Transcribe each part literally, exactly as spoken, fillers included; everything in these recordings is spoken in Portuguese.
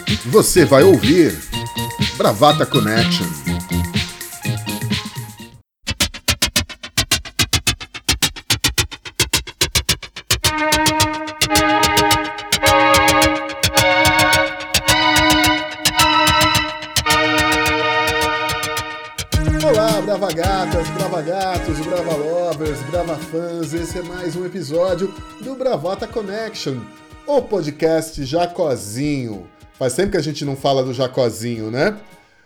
Você vai ouvir Bravata Connection. Olá, Brava Gatas, Brava Gatos, Brava Lovers, Brava Fãs, esse é mais um episódio do Bravata Connection, o podcast Jacozinho. Faz tempo que a gente não fala do Jacozinho, né?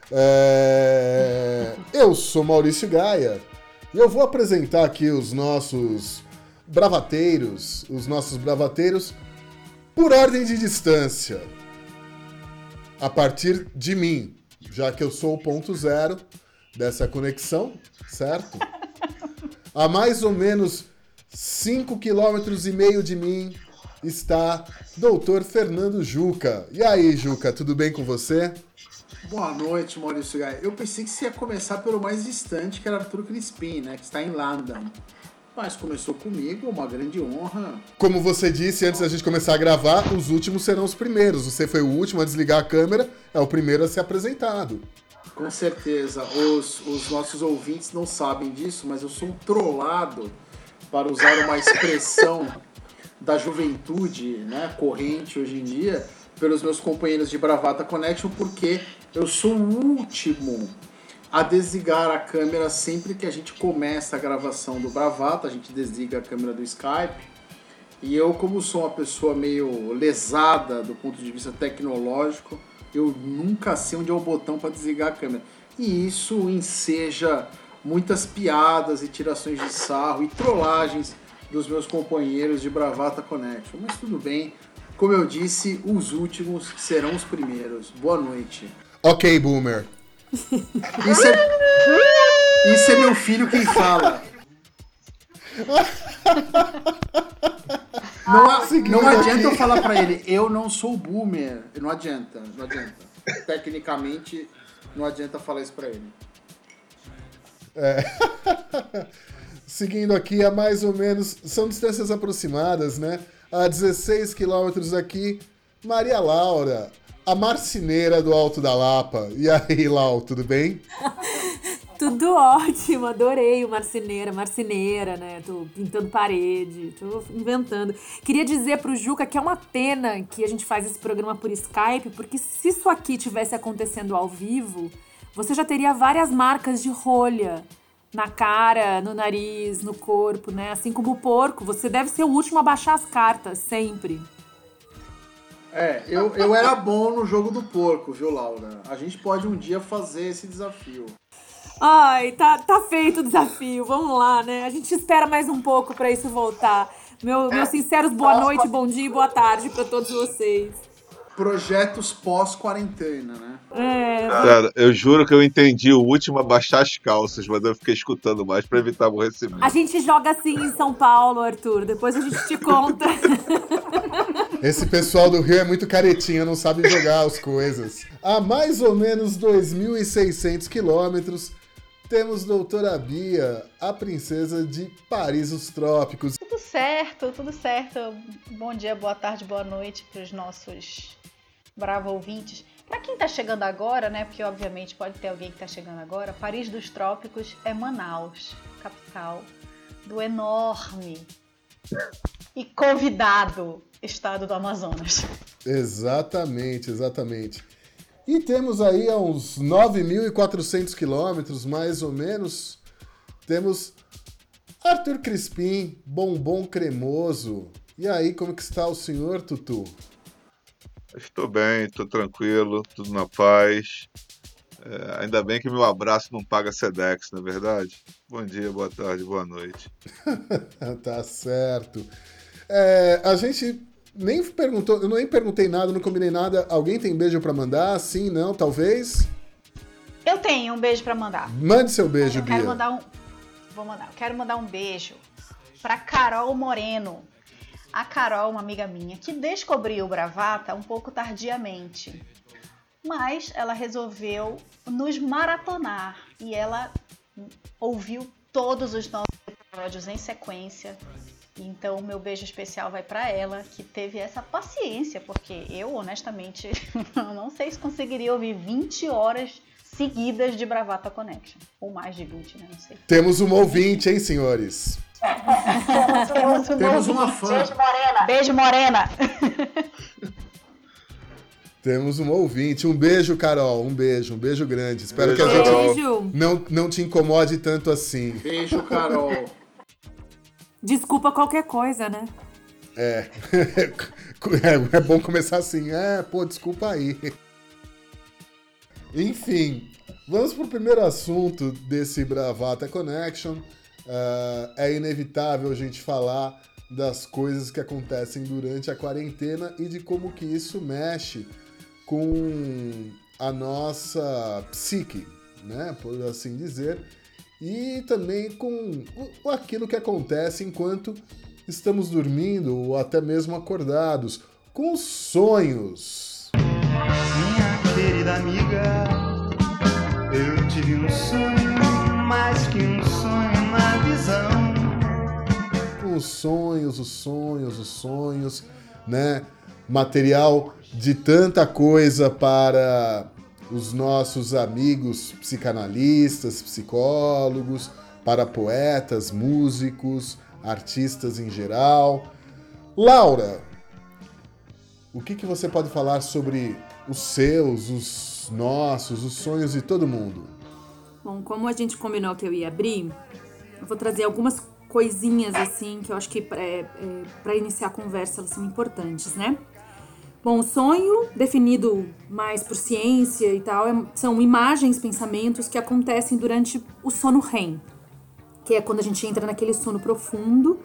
É... Eu sou Maurício Gaia e eu vou apresentar aqui os nossos bravateiros, os nossos bravateiros por ordem de distância, a partir de mim, já que eu sou o ponto zero dessa conexão, certo? A mais ou menos cinco quilômetros e meio de mim está doutor Fernando Juca. E aí, Juca, tudo bem com você? Boa noite, Maurício Gaia. Eu pensei que você ia começar pelo mais distante, que era Arthur Crispim, né? Que está em London. Mas começou comigo, uma grande honra. Como você disse antes da gente começar a gravar, os últimos serão os primeiros. Você foi o último a desligar a câmera, é o primeiro a ser apresentado. Com certeza. Os, os nossos ouvintes não sabem disso, mas eu sou um trollado, para usar uma expressão da juventude, né, corrente hoje em dia, pelos meus companheiros de Bravata Connection, porque eu sou o último a desligar a câmera sempre que a gente começa a gravação do Bravata. A gente desliga a câmera do Skype. E eu, como sou uma pessoa meio lesada do ponto de vista tecnológico, eu nunca sei onde é o botão para desligar a câmera. E isso enseja muitas piadas e tirações de sarro e trollagens dos meus companheiros de Bravata Connection. Mas tudo bem. Como eu disse, os últimos serão os primeiros. Boa noite. Ok, Boomer. Isso é, isso é meu filho quem fala. Não, a, não adianta eu falar pra ele, eu não sou Boomer. Não adianta, não adianta. Tecnicamente, não adianta falar isso pra ele. É. Seguindo aqui a mais ou menos, são distâncias aproximadas, né? A dezesseis quilômetros aqui, Maria Laura, a marceneira do Alto da Lapa. E aí, Lau, tudo bem? Tudo ótimo, adorei o marceneira, marceneira, né? Tô pintando parede, tô inventando. Queria dizer pro Juca que é uma pena que a gente faz esse programa por Skype, porque se isso aqui tivesse acontecendo ao vivo, você já teria várias marcas de rolha na cara, no nariz, no corpo, né? Assim como o porco, você deve ser o último a baixar as cartas, sempre. É, eu, eu era bom no jogo do porco, viu, Laura? A gente pode um dia fazer esse desafio. Ai, tá, tá feito o desafio, vamos lá, né? A gente espera mais um pouco pra isso voltar. Meu, meus sinceros boa noite, bom dia e boa tarde pra todos vocês. Projetos pós-quarentena, né? É. Cara, eu juro que eu entendi o último a baixar as calças, mas eu fiquei escutando mais pra evitar aborrecimento. A gente joga assim em São Paulo, Arthur, depois a gente te conta. Esse pessoal do Rio é muito caretinha, não sabe jogar as coisas. A mais ou menos dois mil e seiscentos quilômetros, temos doutora Bia, a princesa de Paris, os trópicos. Tudo certo, tudo certo. Bom dia, boa tarde, boa noite para os nossos bravos ouvintes. Para quem está chegando agora, né, porque obviamente pode ter alguém que está chegando agora, Paris dos Trópicos é Manaus, capital do enorme e convidado estado do Amazonas. Exatamente, exatamente. E temos aí a uns nove mil e quatrocentos quilômetros, mais ou menos, temos Arthur Crispim, bombom cremoso. E aí, como que está o senhor, Tutu? Estou bem, estou tranquilo, tudo na paz. É, ainda bem que meu abraço não paga Sedex, não é verdade? Bom dia, boa tarde, boa noite. Tá certo. É, a gente nem perguntou, eu nem perguntei nada, não combinei nada. Alguém tem beijo pra mandar? Sim, não, talvez? Eu tenho um beijo pra mandar. Mande seu beijo, eu Bia. Quero mandar um... Vou mandar. Eu quero mandar um beijo pra Carol Moreno. A Carol, uma amiga minha, que descobriu o Bravata um pouco tardiamente. Mas ela resolveu nos maratonar. E ela ouviu todos os nossos episódios em sequência. Então, o meu beijo especial vai para ela, que teve essa paciência, porque eu, honestamente, não sei se conseguiria ouvir vinte horas seguidas de Bravata Connection. Ou mais de vinte, né? Não sei. Temos um ouvinte, hein, senhores? Temos, um Temos uma fã. Beijo, Morena. Beijo, Morena. Temos um ouvinte. Um beijo, Carol. Um beijo, um beijo grande. Espero Beijo, que a gente Beijo. não, não te incomode tanto assim. Beijo, Carol. Desculpa qualquer coisa, né? É. é. É bom começar assim. É, pô, desculpa aí. Enfim, vamos pro primeiro assunto desse Bravata Connection. Uh, é inevitável a gente falar das coisas que acontecem durante a quarentena e de como que isso mexe com a nossa psique, né, por assim dizer, e também com o, aquilo que acontece enquanto estamos dormindo ou até mesmo acordados, com os sonhos. Minha querida amiga, eu tive um sonho, mais que um sonho na visão. Os sonhos, os sonhos, os sonhos, né? Material de tanta coisa para os nossos amigos psicanalistas, psicólogos, para poetas, músicos, artistas em geral. Laura, o que, que você pode falar sobre os seus, os nossos, os sonhos de todo mundo? Bom, como a gente combinou que eu ia abrir, eu vou trazer algumas coisinhas assim que eu acho que é, é, para iniciar a conversa elas são importantes, né? Bom, o sonho, definido mais por ciência e tal, é, são imagens, pensamentos que acontecem durante o sono R E M, que é quando a gente entra naquele sono profundo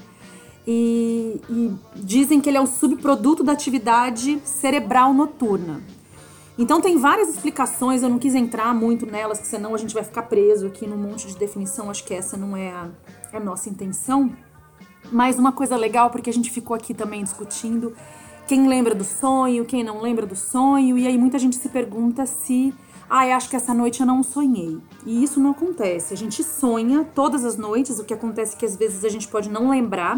e, e dizem que ele é um subproduto da atividade cerebral noturna. Então tem várias explicações, eu não quis entrar muito nelas, porque senão a gente vai ficar preso aqui num monte de definição, acho que essa não é a, a nossa intenção. Mas uma coisa legal, porque a gente ficou aqui também discutindo quem lembra do sonho, quem não lembra do sonho, e aí muita gente se pergunta se, ah, eu acho que essa noite eu não sonhei. E isso não acontece, a gente sonha todas as noites, o que acontece é que às vezes a gente pode não lembrar.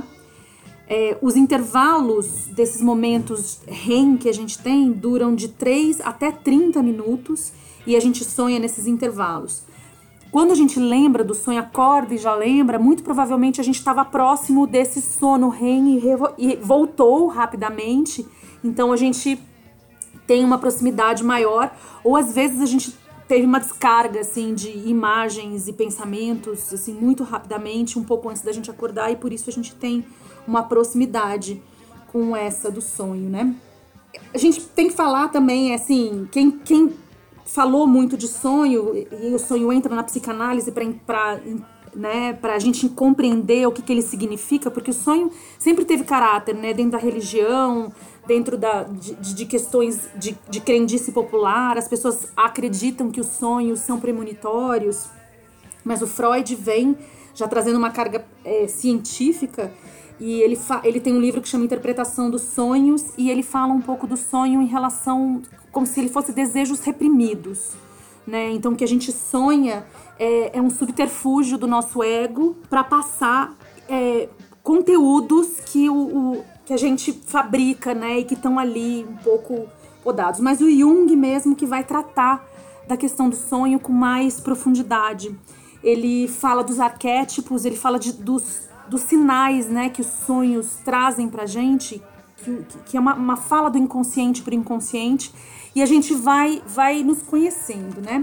É, os intervalos desses momentos R E M que a gente tem duram de três até trinta minutos e a gente sonha nesses intervalos. Quando a gente lembra do sonho, acorda e já lembra, muito provavelmente a gente estava próximo desse sono R E M e, revo- e voltou rapidamente, então a gente tem uma proximidade maior, ou às vezes a gente teve uma descarga assim, de imagens e pensamentos assim, muito rapidamente, um pouco antes da gente acordar, e por isso a gente tem uma proximidade com essa do sonho, né? A gente tem que falar também, assim, quem, quem falou muito de sonho, e o sonho entra na psicanálise para né, pra gente compreender o que, que ele significa, porque o sonho sempre teve caráter, né, dentro da religião, dentro da, de, de questões de, de crendice popular, as pessoas acreditam que os sonhos são premonitórios, mas o Freud vem já trazendo uma carga é, científica. E ele, fa- ele tem um livro que chama Interpretação dos Sonhos, e ele fala um pouco do sonho em relação, como se ele fosse desejos reprimidos, né? Então, o que a gente sonha é, é um subterfúgio do nosso ego para passar é, conteúdos que, o, o, que a gente fabrica, né? E que estão ali um pouco podados. Mas o Jung mesmo que vai tratar da questão do sonho com mais profundidade. Ele fala dos arquétipos, ele fala de, dos dos sinais, né, que os sonhos trazem pra gente, que, que é uma, uma fala do inconsciente pro inconsciente, e a gente vai, vai nos conhecendo, né?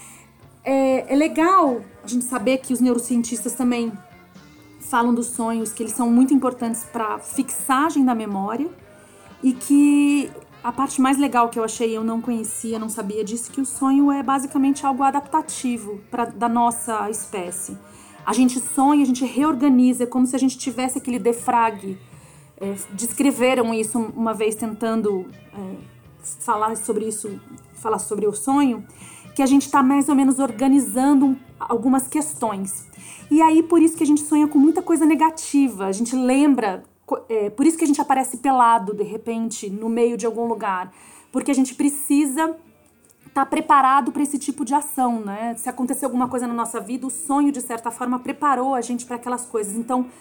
É, é legal a gente saber que os neurocientistas também falam dos sonhos, que eles são muito importantes para fixagem da memória, e que a parte mais legal que eu achei, eu não conhecia, não sabia disso, que o sonho é basicamente algo adaptativo pra, da nossa espécie. A gente sonha, a gente reorganiza, é como se a gente tivesse aquele defrag. É, descreveram isso uma vez tentando é, falar sobre isso, falar sobre o sonho, que a gente está mais ou menos organizando algumas questões. E aí, por isso que a gente sonha com muita coisa negativa, a gente lembra, é, por isso que a gente aparece pelado, de repente, no meio de algum lugar, porque a gente precisa tá preparado para esse tipo de ação, né? Se acontecer alguma coisa na nossa vida, o sonho, de certa forma, preparou a gente para aquelas coisas. Então,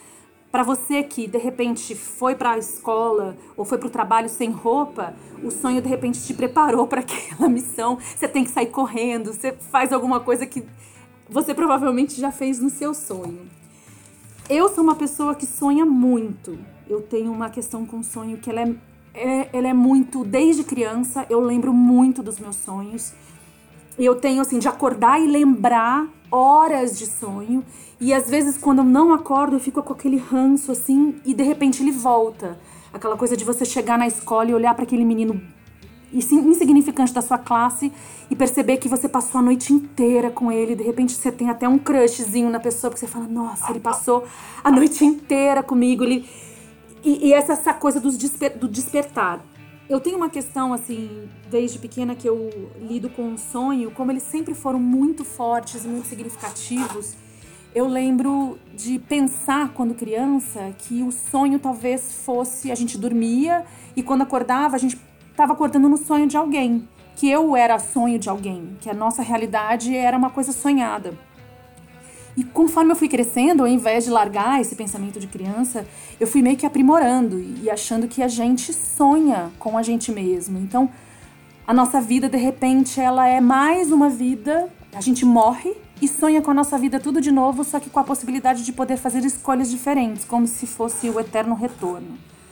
Para você que, de repente, foi para a escola ou foi para o trabalho sem roupa, o sonho, de repente, te preparou para aquela missão. Você tem que sair correndo, você faz alguma coisa que você provavelmente já fez no seu sonho. Eu sou uma pessoa que sonha muito. Eu tenho uma questão com sonho que ela é, é, ela é muito... Desde criança, eu lembro muito dos meus sonhos. Eu tenho, assim, de acordar e lembrar horas de sonho. E às vezes, quando eu não acordo, eu fico com aquele ranço, assim, e de repente ele volta. Aquela coisa de você chegar na escola e olhar para aquele menino insignificante da sua classe e perceber que você passou a noite inteira com ele. De repente, você tem até um crushzinho na pessoa, porque você fala, nossa, ele passou a noite inteira comigo. Ele... E, e essa, essa coisa do, desper, do despertar. Eu tenho uma questão, assim, desde pequena que eu lido com o sonho, como eles sempre foram muito fortes e muito significativos. Eu lembro de pensar, quando criança, que o sonho talvez fosse... A gente dormia e quando acordava, a gente estava acordando no sonho de alguém. Que eu era sonho de alguém, que a nossa realidade era uma coisa sonhada. E conforme eu fui crescendo, ao invés de largar esse pensamento de criança, eu fui meio que aprimorando e achando que a gente sonha com a gente mesmo. Então, a nossa vida, de repente, ela é mais uma vida, a gente morre e sonha com a nossa vida tudo de novo, só que com a possibilidade de poder fazer escolhas diferentes, como se fosse o eterno retorno.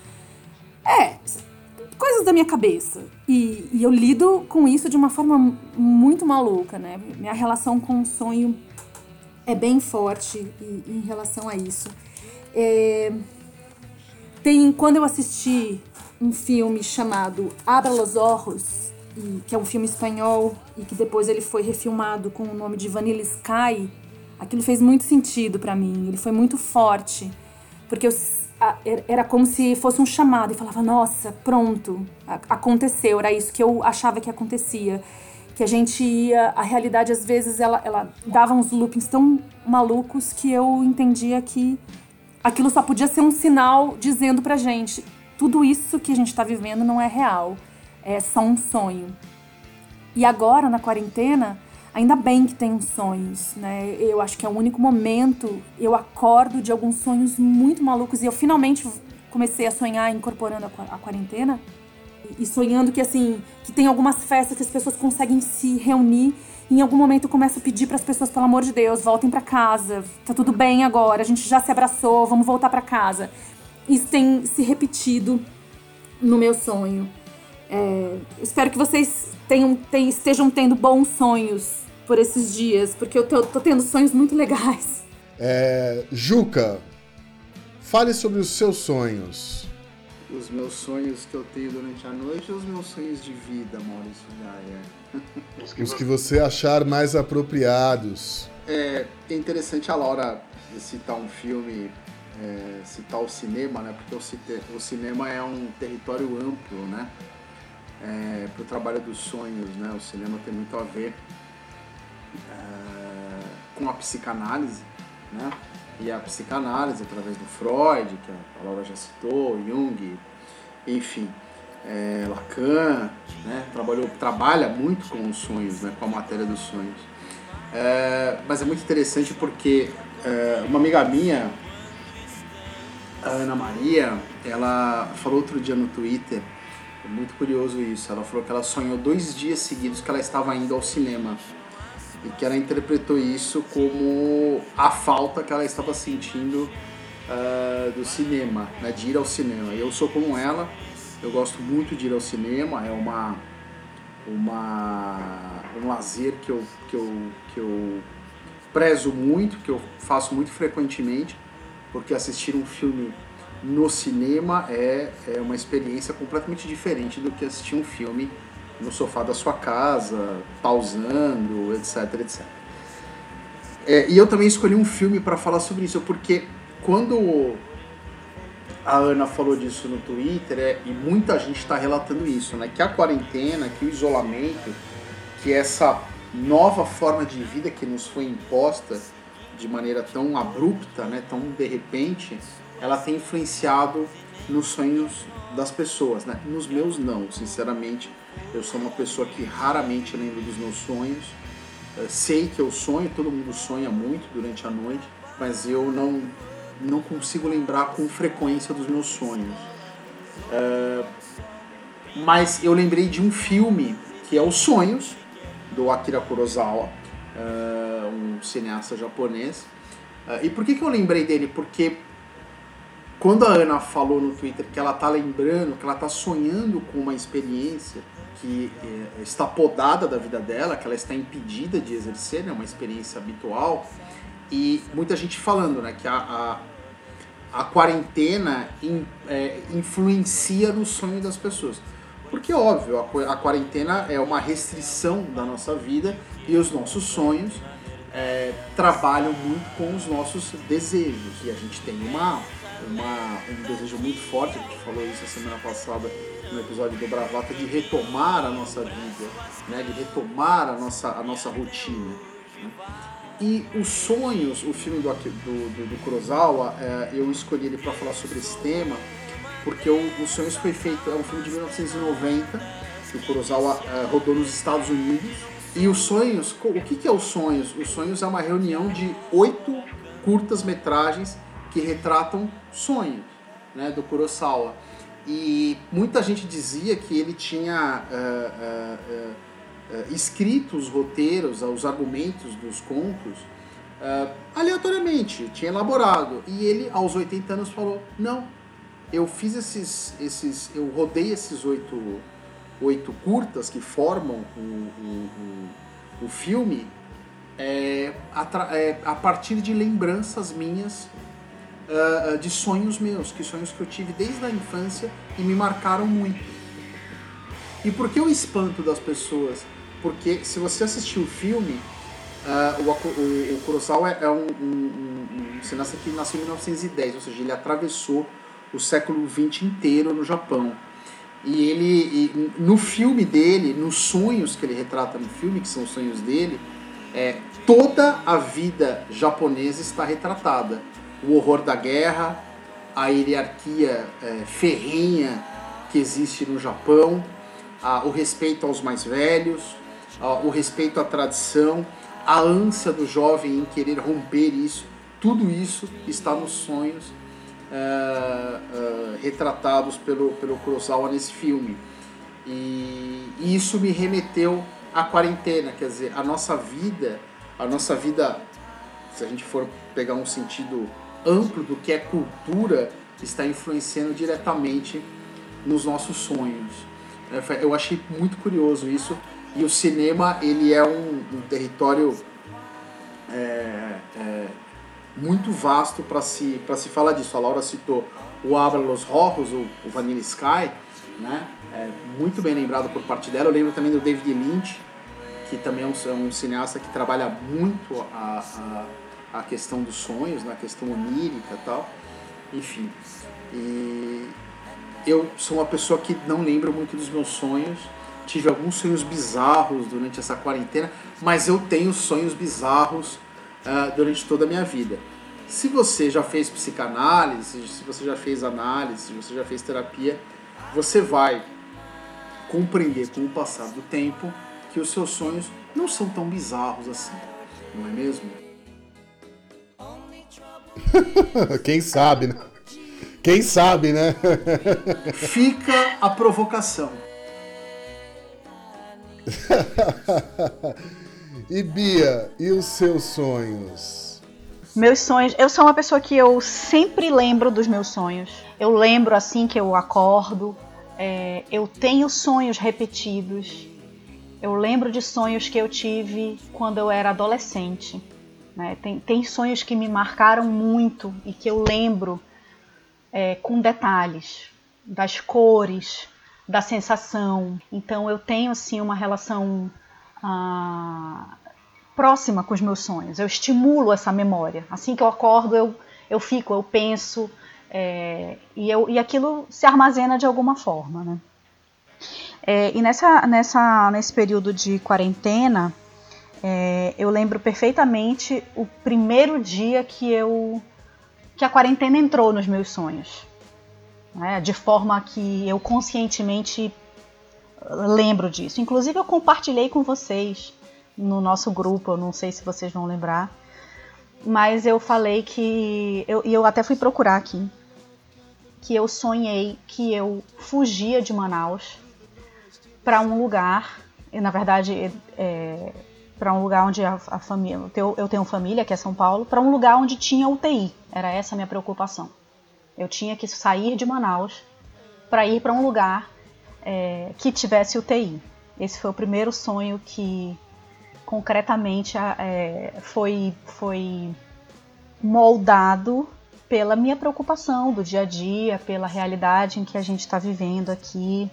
É, coisas da minha cabeça. E, e eu lido com isso de uma forma muito maluca, né? Minha relação com o sonho é bem forte em, em relação a isso. É, tem, quando eu assisti um filme chamado Abra los Ojos, e, que é um filme espanhol e que depois ele foi refilmado com o nome de Vanilla Sky, aquilo fez muito sentido pra mim, ele foi muito forte, porque eu, a, era como se fosse um chamado, e falava, nossa, pronto, a, aconteceu, era isso que eu achava que acontecia, que a gente ia, a realidade às vezes ela, ela dava uns loopings tão malucos que eu entendia que aquilo só podia ser um sinal dizendo pra gente, tudo isso que a gente tá vivendo não é real. É só um sonho. E agora, na quarentena, ainda bem que tenho sonhos, né? Eu acho que é o único momento, eu acordo de alguns sonhos muito malucos e eu finalmente comecei a sonhar incorporando a quarentena e sonhando que, assim, que tem algumas festas que as pessoas conseguem se reunir e em algum momento eu começo a pedir para as pessoas, pelo amor de Deus, voltem para casa, tá tudo bem agora, a gente já se abraçou, vamos voltar para casa. Isso tem se repetido no meu sonho. É, espero que vocês tenham, tenham, estejam tendo bons sonhos por esses dias, porque eu tô, tô tendo sonhos muito legais. É, Juca, fale sobre os seus sonhos. Os meus sonhos que eu tenho durante a noite ou os meus sonhos de vida, Maurício Gaia? Os que você achar mais apropriados. É, é interessante a Laura citar um filme, é, citar o cinema, né? Porque o, cite, o cinema é um território amplo, né? É, para o trabalho dos sonhos, né? O cinema tem muito a ver é, com a psicanálise, né? E a psicanálise através do Freud, que a Laura já citou, Jung, enfim, é, Lacan, né? Trabalhou, trabalha muito com os sonhos, né? Com a matéria dos sonhos. É, mas é muito interessante porque é, uma amiga minha, a Ana Maria, ela falou outro dia no Twitter, é muito curioso isso, ela falou que ela sonhou dois dias seguidos que ela estava indo ao cinema e que ela interpretou isso como a falta que ela estava sentindo uh, do cinema, né, de ir ao cinema. E eu sou como ela, eu gosto muito de ir ao cinema, é uma, uma, um lazer que eu, que, eu, que eu prezo muito, que eu faço muito frequentemente, porque assistir um filme no cinema é, é uma experiência completamente diferente do que assistir um filme no sofá da sua casa, pausando, etc, etcétera. É, e eu também escolhi um filme para falar sobre isso, porque quando a Ana falou disso no Twitter, é, e muita gente está relatando isso, né, que a quarentena, que o isolamento, que essa nova forma de vida que nos foi imposta de maneira tão abrupta, né, tão de repente, ela tem influenciado nos sonhos das pessoas, né? Nos meus não, sinceramente, eu sou uma pessoa que raramente lembro dos meus sonhos, eu sei que eu sonho, todo mundo sonha muito durante a noite, mas eu não, não consigo lembrar com frequência dos meus sonhos. É, mas eu lembrei de um filme que é Os Sonhos, do Akira Kurosawa, é, um cineasta japonês. É, e por que, que eu lembrei dele? Porque quando a Ana falou no Twitter que ela está lembrando, que ela está sonhando com uma experiência que é, está podada da vida dela, que ela está impedida de exercer, né, uma experiência habitual, e muita gente falando, né, que a, a, a quarentena in, é, influencia no sonho das pessoas. Porque, óbvio, a, a quarentena é uma restrição da nossa vida e os nossos sonhos é, trabalham muito com os nossos desejos. E a gente tem uma, uma, um desejo muito forte, a gente falou isso a semana passada no episódio do Bravata, de retomar a nossa vida, né, de retomar a nossa, a nossa rotina. Né? E Os Sonhos, o filme do, do, do, do Kurosawa, é, eu escolhi ele para falar sobre esse tema, porque o, Os Sonhos foi feito, é um filme de mil novecentos e noventa, que o Kurosawa é, rodou nos Estados Unidos. E Os Sonhos, o que, que é Os Sonhos? Os Sonhos é uma reunião de oito curtas-metragens que retratam sonhos, né, do Kurosawa. E muita gente dizia que ele tinha uh, uh, uh, escrito os roteiros, os argumentos dos contos uh, aleatoriamente, tinha elaborado. E ele, aos oitenta anos, falou, não, eu fiz esses, esses eu rodei esses oito, oito curtas que formam o, o, o, o filme é, a, é, a partir de lembranças minhas Uh, de sonhos meus, que sonhos que eu tive desde a infância e me marcaram muito. E por que o espanto das pessoas? Porque se você assistir o filme, uh, o, o, o Kurosawa é um, um, um cineasta que nasceu em mil novecentos e dez, ou seja, ele atravessou o século vinte inteiro no Japão. E ele, e no filme dele, nos sonhos que ele retrata no filme, que são os sonhos dele, é, toda a vida japonesa está retratada. O horror da guerra, a hierarquia é, ferrenha que existe no Japão, a, o respeito aos mais velhos, a, o respeito à tradição, a ânsia do jovem em querer romper isso, tudo isso está nos sonhos é, é, retratados pelo, pelo Kurosawa nesse filme. E, e isso me remeteu à quarentena, quer dizer, a nossa vida, a nossa vida, se a gente for pegar um sentido amplo do que é cultura, está influenciando diretamente nos nossos sonhos. Eu achei muito curioso isso, e o cinema ele é um, um território é, é, muito vasto para se, para se falar disso. A Laura citou o Abra los Rojos, o, o Vanilla Sky, né? É muito bem lembrado por parte dela. Eu lembro também do David Lynch, que também é um, é um cineasta que trabalha muito a, a, a questão dos sonhos, na questão onírica e tal. Enfim, e eu sou uma pessoa que não lembro muito dos meus sonhos. Tive alguns sonhos bizarros durante essa quarentena, mas eu tenho sonhos bizarros uh, durante toda a minha vida. Se você já fez psicanálise, se você já fez análise, se você já fez terapia, você vai compreender com o passar do tempo que os seus sonhos não são tão bizarros assim, não é mesmo? Quem sabe, né? Quem sabe, né? Fica a provocação. E Bia, e os seus sonhos? Meus sonhos, eu sou uma pessoa que eu sempre lembro dos meus sonhos. Eu lembro assim que eu acordo, é, eu tenho sonhos repetidos. Eu lembro de sonhos que eu tive quando eu era adolescente. Né? Tem, tem sonhos que me marcaram muito e que eu lembro é, com detalhes, das cores, da sensação. Então eu tenho assim uma relação ah, próxima com os meus sonhos. Eu estimulo essa memória. Assim que eu acordo, eu, eu fico, eu penso, é, e, eu, e aquilo se armazena de alguma forma. Né? É, e nessa, nessa, nesse período de quarentena, é, eu lembro perfeitamente o primeiro dia que, eu, que a quarentena entrou nos meus sonhos. Né, de forma que eu conscientemente lembro disso. Inclusive eu compartilhei com vocês no nosso grupo, eu não sei se vocês vão lembrar, mas eu falei que... E eu, eu até fui procurar aqui. Que eu sonhei que eu fugia de Manaus para um lugar... E, na verdade, é, para um lugar onde a, a família... Eu tenho, eu tenho família, que é São Paulo. Para um lugar onde tinha U T I. Era essa a minha preocupação. Eu tinha que sair de Manaus para ir para um lugar é, que tivesse U T I. Esse foi o primeiro sonho que concretamente é, foi, foi moldado pela minha preocupação do dia a dia, pela realidade em que a gente está vivendo aqui.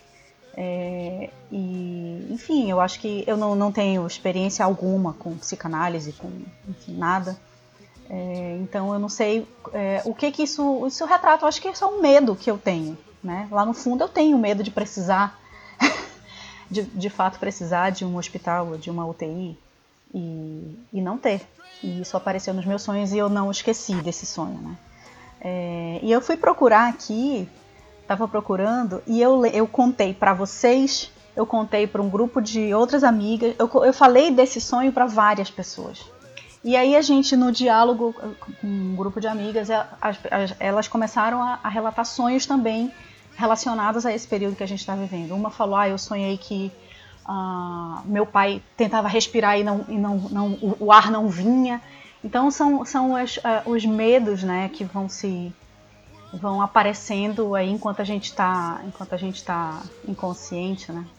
É, e, enfim, eu acho que eu não, não tenho experiência alguma com psicanálise, com enfim, nada. É, então eu não sei é, o que que isso, isso retrata. Eu acho que é só um medo que eu tenho, né? Lá no fundo eu tenho medo de precisar, de, de fato precisar de um hospital, de uma U T I e, e não ter. E isso apareceu nos meus sonhos e eu não esqueci desse sonho, né? É, e eu fui procurar aqui, estava procurando e eu, eu contei para vocês, eu contei para um grupo de outras amigas, eu, eu falei desse sonho para várias pessoas. E aí a gente, no diálogo com um grupo de amigas, as, as, elas começaram a, a relatar sonhos também relacionados a esse período que a gente está vivendo. Uma falou, ah, eu sonhei que uh, meu pai tentava respirar e, não, e não, não, o, o ar não vinha. Então são, são as, uh, os medos, né, que vão se vão aparecendo aí enquanto a gente está enquanto a gente está inconsciente, né?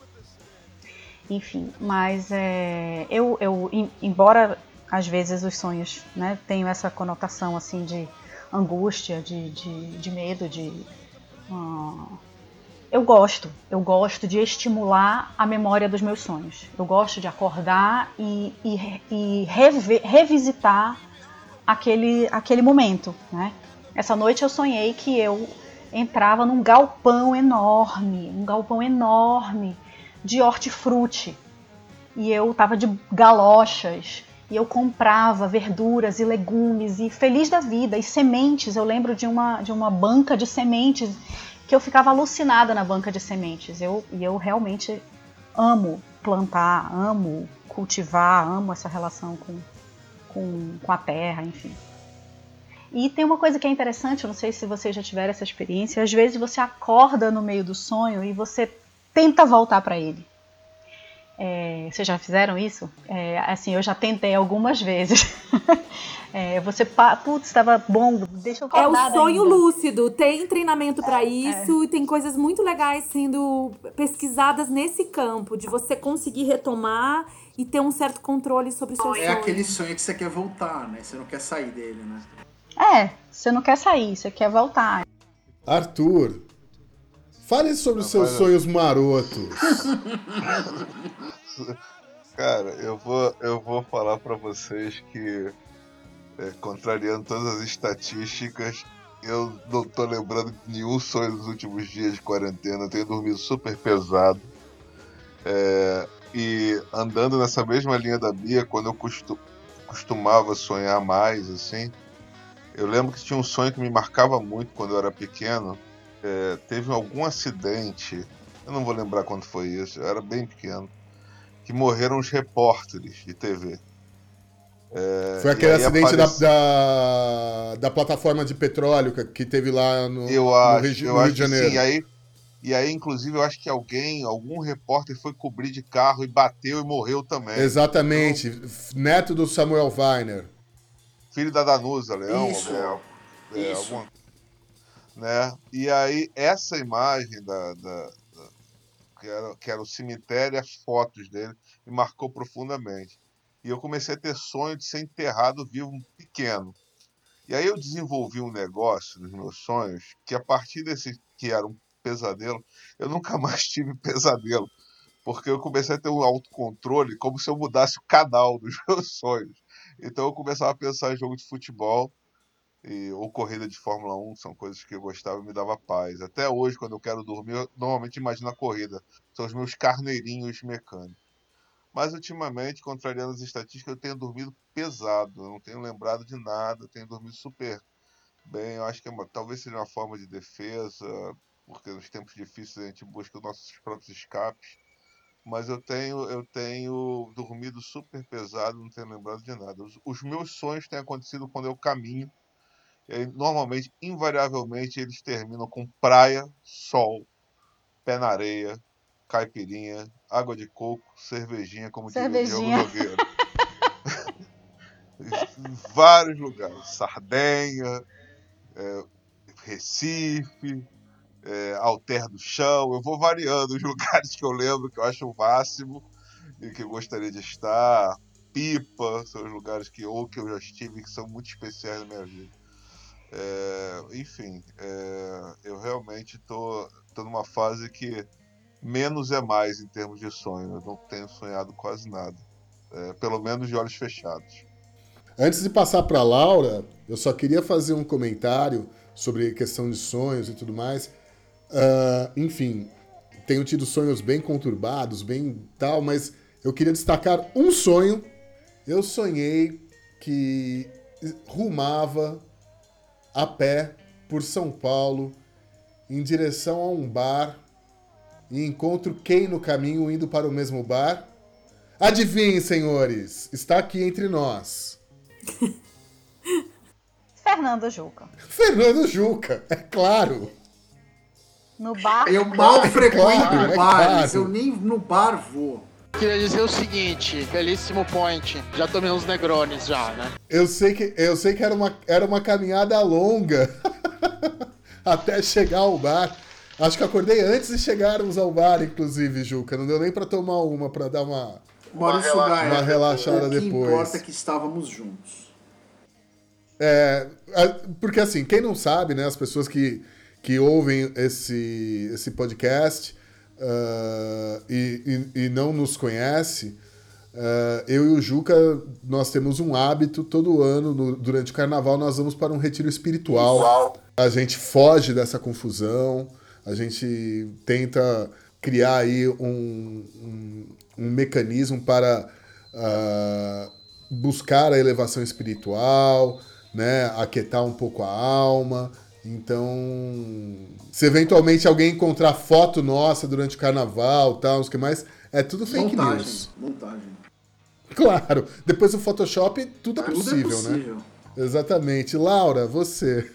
Enfim, mas é, eu, eu, embora às vezes os sonhos, né, tenham essa conotação assim de angústia, de, de, de medo, de uh, eu gosto, eu gosto de estimular a memória dos meus sonhos. Eu gosto de acordar e, e, e rever, revisitar aquele, aquele momento, né? Essa noite eu sonhei que eu entrava num galpão enorme, um galpão enorme de hortifruti. E eu tava de galochas, e eu comprava verduras e legumes, e feliz da vida, e sementes. Eu lembro de uma, de uma banca de sementes, que eu ficava alucinada na banca de sementes. Eu, e eu realmente amo plantar, amo cultivar, amo essa relação com, com, com a terra, enfim. E tem uma coisa que é interessante, eu não sei se vocês já tiveram essa experiência, às vezes você acorda no meio do sonho e você tenta voltar para ele. É, vocês já fizeram isso? É, assim, eu já tentei algumas vezes. É, você, putz, estava bom, deixa eu acordar. É o sonho ainda. lúcido. Tem treinamento para isso é. E tem coisas muito legais sendo pesquisadas nesse campo, de você conseguir retomar e ter um certo controle sobre o seu sonho. É aquele sonho que você quer voltar, né? Você não quer sair dele, né? É, você não quer sair, você quer voltar. Arthur, fale sobre os seus sonhos marotos. Cara, eu vou, eu vou falar pra vocês que, é, contrariando todas as estatísticas, eu não tô lembrando de nenhum sonho nos últimos dias de quarentena. Eu tenho dormido super pesado. É, e andando nessa mesma linha da Bia, quando eu costu, costumava sonhar mais, assim, eu lembro que tinha um sonho que me marcava muito quando eu era pequeno. É, teve algum acidente, eu não vou lembrar quando foi isso, eu era bem pequeno, que morreram os repórteres de T V. É, foi aquele acidente apareci... da, da, da plataforma de petróleo que, que teve lá no, eu no, acho, Rio, eu no Rio acho de que Janeiro. sim. Aí, e aí, inclusive, eu acho que alguém, algum repórter foi cobrir de carro e bateu e morreu também. Exatamente, Então, neto do Samuel Weiner. filho da Danusa Leão. Isso, alguma, é, isso. alguma, né? E aí, essa imagem da, da, da que, era, que era o cemitério e as fotos dele me marcou profundamente. E eu comecei a ter sonho de ser enterrado vivo pequeno. E aí eu desenvolvi um negócio nos meus sonhos que, a partir desse que era um pesadelo, eu nunca mais tive pesadelo, porque eu comecei a ter um autocontrole como se eu mudasse o canal dos meus sonhos. Então eu começava a pensar em jogo de futebol e, ou corrida de Fórmula um, são coisas que eu gostava e me dava paz. Até hoje, quando eu quero dormir, eu normalmente imagino a corrida. São os meus carneirinhos mecânicos. Mas ultimamente, contrariando as estatísticas, eu tenho dormido pesado. Eu não tenho lembrado de nada, eu tenho dormido super bem. Eu acho que é uma, talvez seja uma forma de defesa, porque nos tempos difíceis a gente busca os nossos próprios escapes. mas eu tenho, eu tenho dormido super pesado, não tenho lembrado de nada. Os, os meus sonhos têm acontecido quando eu caminho. E aí, normalmente, invariavelmente, eles terminam com praia, sol, pé na areia, caipirinha, água de coco, cervejinha, como diria o Diogo Cervejinha. Nogueira. Em vários lugares. Sardenha, Recife, é, Alter do Chão. Eu vou variando os lugares que eu lembro, que eu acho o máximo e que eu gostaria de estar. Pipa, são os lugares que ou que eu já estive que são muito especiais na minha vida. É, enfim, é, eu realmente tô, tô numa fase que menos é mais em termos de sonho. Eu não tenho sonhado quase nada. É, pelo menos de olhos fechados. Antes de passar para Laura, eu só queria fazer um comentário sobre questão de sonhos e tudo mais. Uh, enfim, tenho tido sonhos bem conturbados, bem tal, mas eu queria destacar um sonho. Eu sonhei que rumava a pé por São Paulo em direção a um bar e encontro quem no caminho indo para o mesmo bar? Adivinhem, senhores, está aqui entre nós. Fernando Juca. Fernando Juca, é claro. No bar. Eu mal frequento claro, é bares, claro. eu nem no bar vou. Queria dizer o seguinte, belíssimo point. Já tomei uns negrones já, né? Eu sei que, eu sei que era, uma, era uma caminhada longa até chegar ao bar. Acho que acordei antes de chegarmos ao bar, inclusive, Juca. Não deu nem pra tomar uma, pra dar uma, Maurício Gaia, uma relaxada o que depois. importa é que estávamos juntos. É, porque assim, quem não sabe, né, as pessoas que, que ouvem esse, esse podcast uh, e, e, e não nos conhece, uh, eu e o Juca, nós temos um hábito, todo ano, no, durante o carnaval, nós vamos para um retiro espiritual. A gente foge dessa confusão, a gente tenta criar aí um, um, um mecanismo para uh, buscar a elevação espiritual, né, aquietar um pouco a alma. Então, se eventualmente alguém encontrar foto nossa durante o carnaval, tal, os que mais, é tudo fake montagem, news. Montagem. Claro, depois do Photoshop tudo é Tudo possível, é possível. né? Exatamente. Laura, você.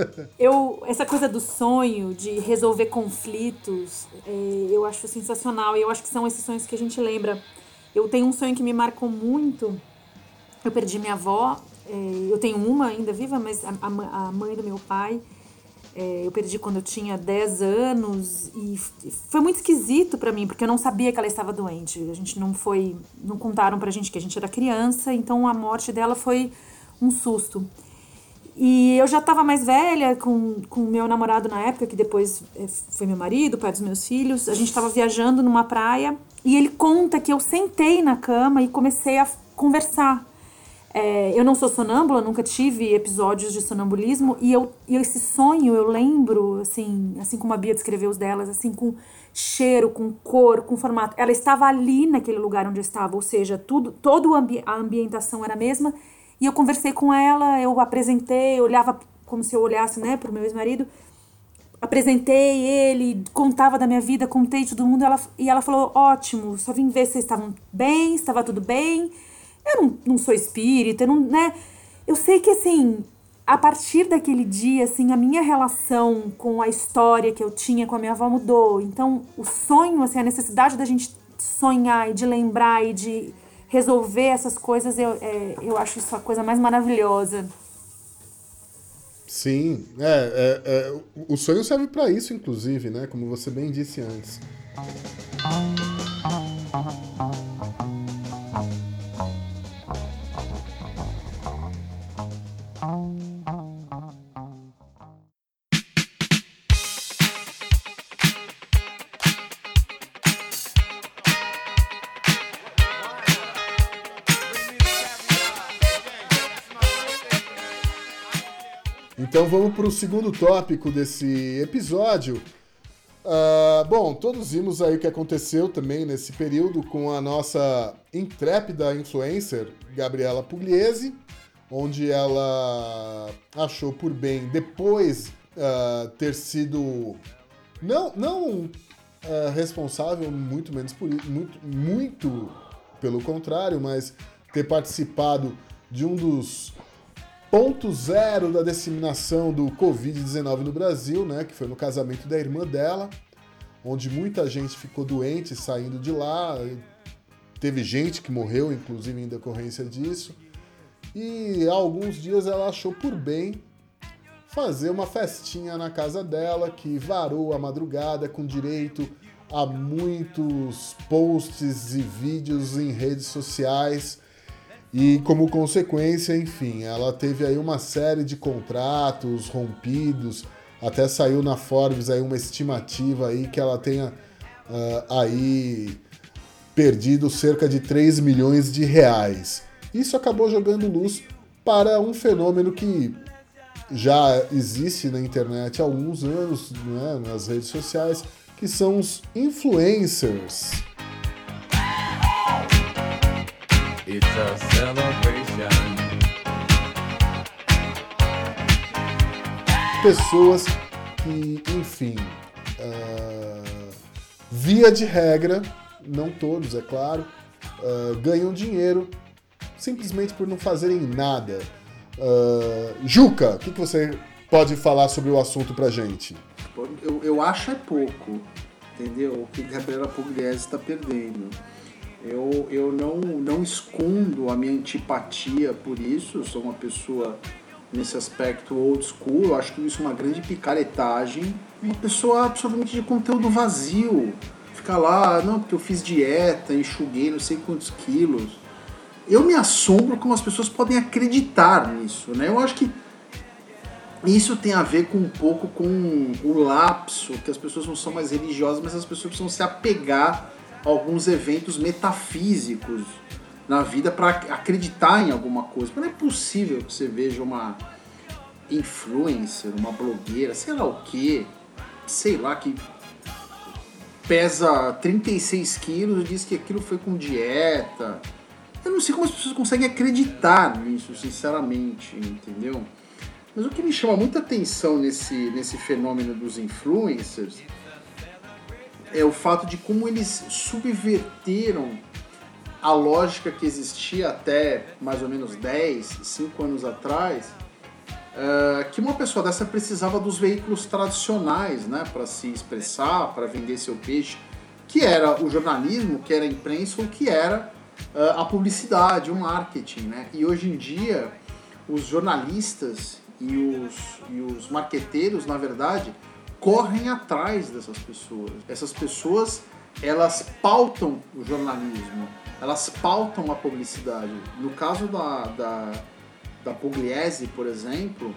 Eu, essa coisa do sonho, de resolver conflitos, é, eu acho sensacional. E eu acho que são esses sonhos que a gente lembra. Eu tenho um sonho que me marcou muito. Eu perdi minha avó. É, eu tenho uma ainda viva, mas a, a, a mãe do meu pai, é, eu perdi quando eu tinha dez anos. E foi muito esquisito pra mim, porque eu não sabia que ela estava doente. A gente não foi... Não contaram pra gente que a gente era criança. Então a morte dela foi um susto. E eu já estava mais velha com o meu namorado na época, que depois foi meu marido, pai dos meus filhos. A gente estava viajando numa praia e ele conta que eu sentei na cama e comecei a conversar. É, eu não sou sonâmbula, nunca tive episódios de sonambulismo e, eu, e esse sonho eu lembro, assim, assim como a Bia descreveu os delas, assim, com cheiro, com cor, com formato. Ela estava ali naquele lugar onde eu estava, ou seja, tudo, toda a ambientação era a mesma. E eu conversei com ela, eu apresentei, eu olhava como se eu olhasse, né, pro meu ex-marido. Apresentei ele, contava da minha vida, contei de todo mundo. Ela, e ela falou, ótimo, só vim ver se vocês estavam bem, se estava tudo bem. Eu não, não sou espírita, eu não, né? Eu sei que, assim, a partir daquele dia, assim, a minha relação com a história que eu tinha com a minha avó mudou. Então, o sonho, assim, a necessidade da gente sonhar e de lembrar e de resolver essas coisas, eu, é, eu acho isso a coisa mais maravilhosa. Sim, é, é, é, o sonho serve para isso, inclusive, né? Como você bem disse antes. Então vamos para o segundo tópico desse episódio. Uh, bom, todos vimos aí o que aconteceu também nesse período com a nossa intrépida influencer, Gabriela Pugliese, onde ela achou por bem, depois uh, ter sido... Não, não uh, responsável, muito menos por isso, muito, muito pelo contrário, mas ter participado de um dos ponto zero da disseminação do covid dezenove no Brasil, né, que foi no casamento da irmã dela, onde muita gente ficou doente saindo de lá, teve gente que morreu, inclusive, em decorrência disso, e há alguns dias ela achou por bem fazer uma festinha na casa dela, que varou a madrugada com direito a muitos posts e vídeos em redes sociais. E como consequência, enfim, ela teve aí uma série de contratos rompidos, até saiu na Forbes aí uma estimativa aí que ela tenha uh, aí perdido cerca de três milhões de reais. Isso acabou jogando luz para um fenômeno que já existe na internet há alguns anos, né, nas redes sociais, que são os influencers. It's a celebration. Pessoas que, enfim, uh, via de regra, não todos, é claro, uh, ganham dinheiro simplesmente por não fazerem nada. Uh, Juca, o que, que você pode falar sobre o assunto pra gente? Eu, eu acho é pouco, entendeu? O que Gabriela Pugliese está perdendo. Eu, eu não, não escondo a minha antipatia por isso, eu sou uma pessoa nesse aspecto old school, eu acho que isso é uma grande picaretagem, uma pessoa absolutamente de conteúdo vazio, fica lá, não, porque eu fiz dieta, enxuguei não sei quantos quilos. Eu me assombro como as pessoas podem acreditar nisso, né? Eu acho que isso tem a ver com um pouco com o lapso, que as pessoas não são mais religiosas, mas as pessoas precisam se apegar alguns eventos metafísicos na vida para acreditar em alguma coisa. Mas não é possível que você veja uma influencer, uma blogueira, sei lá o quê, sei lá, que pesa trinta e seis quilos e diz que aquilo foi com dieta. Eu não sei como as pessoas conseguem acreditar nisso, sinceramente, entendeu? Mas o que me chama muita atenção nesse, nesse fenômeno dos influencers é o fato de como eles subverteram a lógica que existia até mais ou menos dez, cinco anos atrás, uh, que uma pessoa dessa precisava dos veículos tradicionais, né, para se expressar, para vender seu peixe, que era o jornalismo, que era a imprensa ou que era uh, a publicidade, o marketing, né? E hoje em dia os jornalistas e os, e os marqueteiros, na verdade, correm atrás dessas pessoas. Essas pessoas, elas pautam o jornalismo, elas pautam a publicidade. No caso da, da, da Pugliese, por exemplo,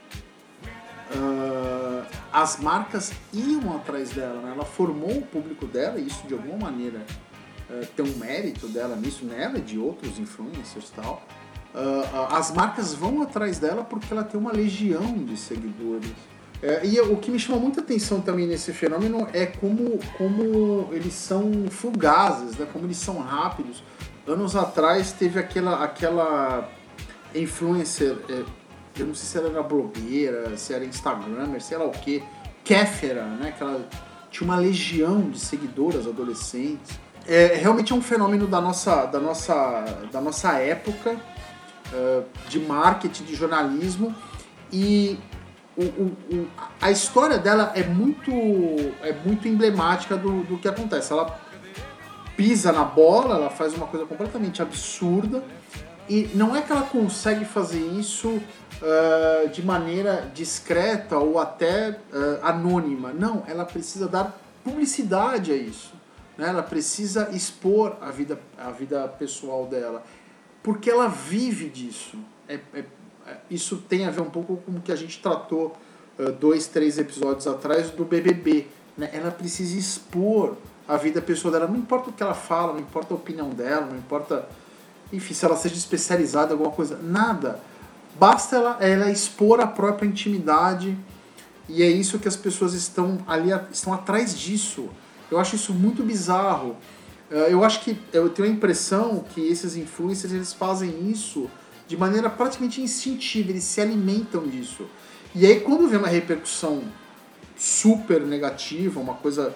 uh, as marcas iam atrás dela, né? Ela formou o público dela, e isso de alguma maneira uh, tem um mérito dela nisso, nela e de outros influencers e tal. Uh, as marcas vão atrás dela porque ela tem uma legião de seguidores. É, e o que me chama muita atenção também nesse fenômeno é como, como eles são fugazes, né? Como eles são rápidos. Anos atrás teve aquela, aquela influencer, é, eu não sei se ela era blogueira, se era instagramer, sei lá o que, Kéfera, né? Que ela tinha uma legião de seguidoras adolescentes. É, realmente é um fenômeno da nossa, da nossa, da nossa época, uh, de marketing, de jornalismo, e O, o, o, a história dela é muito, é muito emblemática do, do que acontece. Ela pisa na bola, ela faz uma coisa completamente absurda, e não é que ela consegue fazer isso uh, de maneira discreta ou até uh, anônima. Não, ela precisa dar publicidade a isso, né? Ela precisa expor a vida, a vida pessoal dela, porque ela vive disso. É, é Isso tem a ver um pouco com o que a gente tratou uh, dois, três episódios atrás do B B B, né? Ela precisa expor a vida pessoal dela, não importa o que ela fala, não importa a opinião dela, não importa, enfim, se ela seja especializada em alguma coisa, nada. Basta ela, ela expor a própria intimidade, e é isso que as pessoas estão ali, estão atrás disso. Eu acho isso muito bizarro. Uh, eu acho que, eu tenho a impressão que esses influencers, eles fazem isso de maneira praticamente instintiva, eles se alimentam disso. E aí quando vem uma repercussão super negativa, uma coisa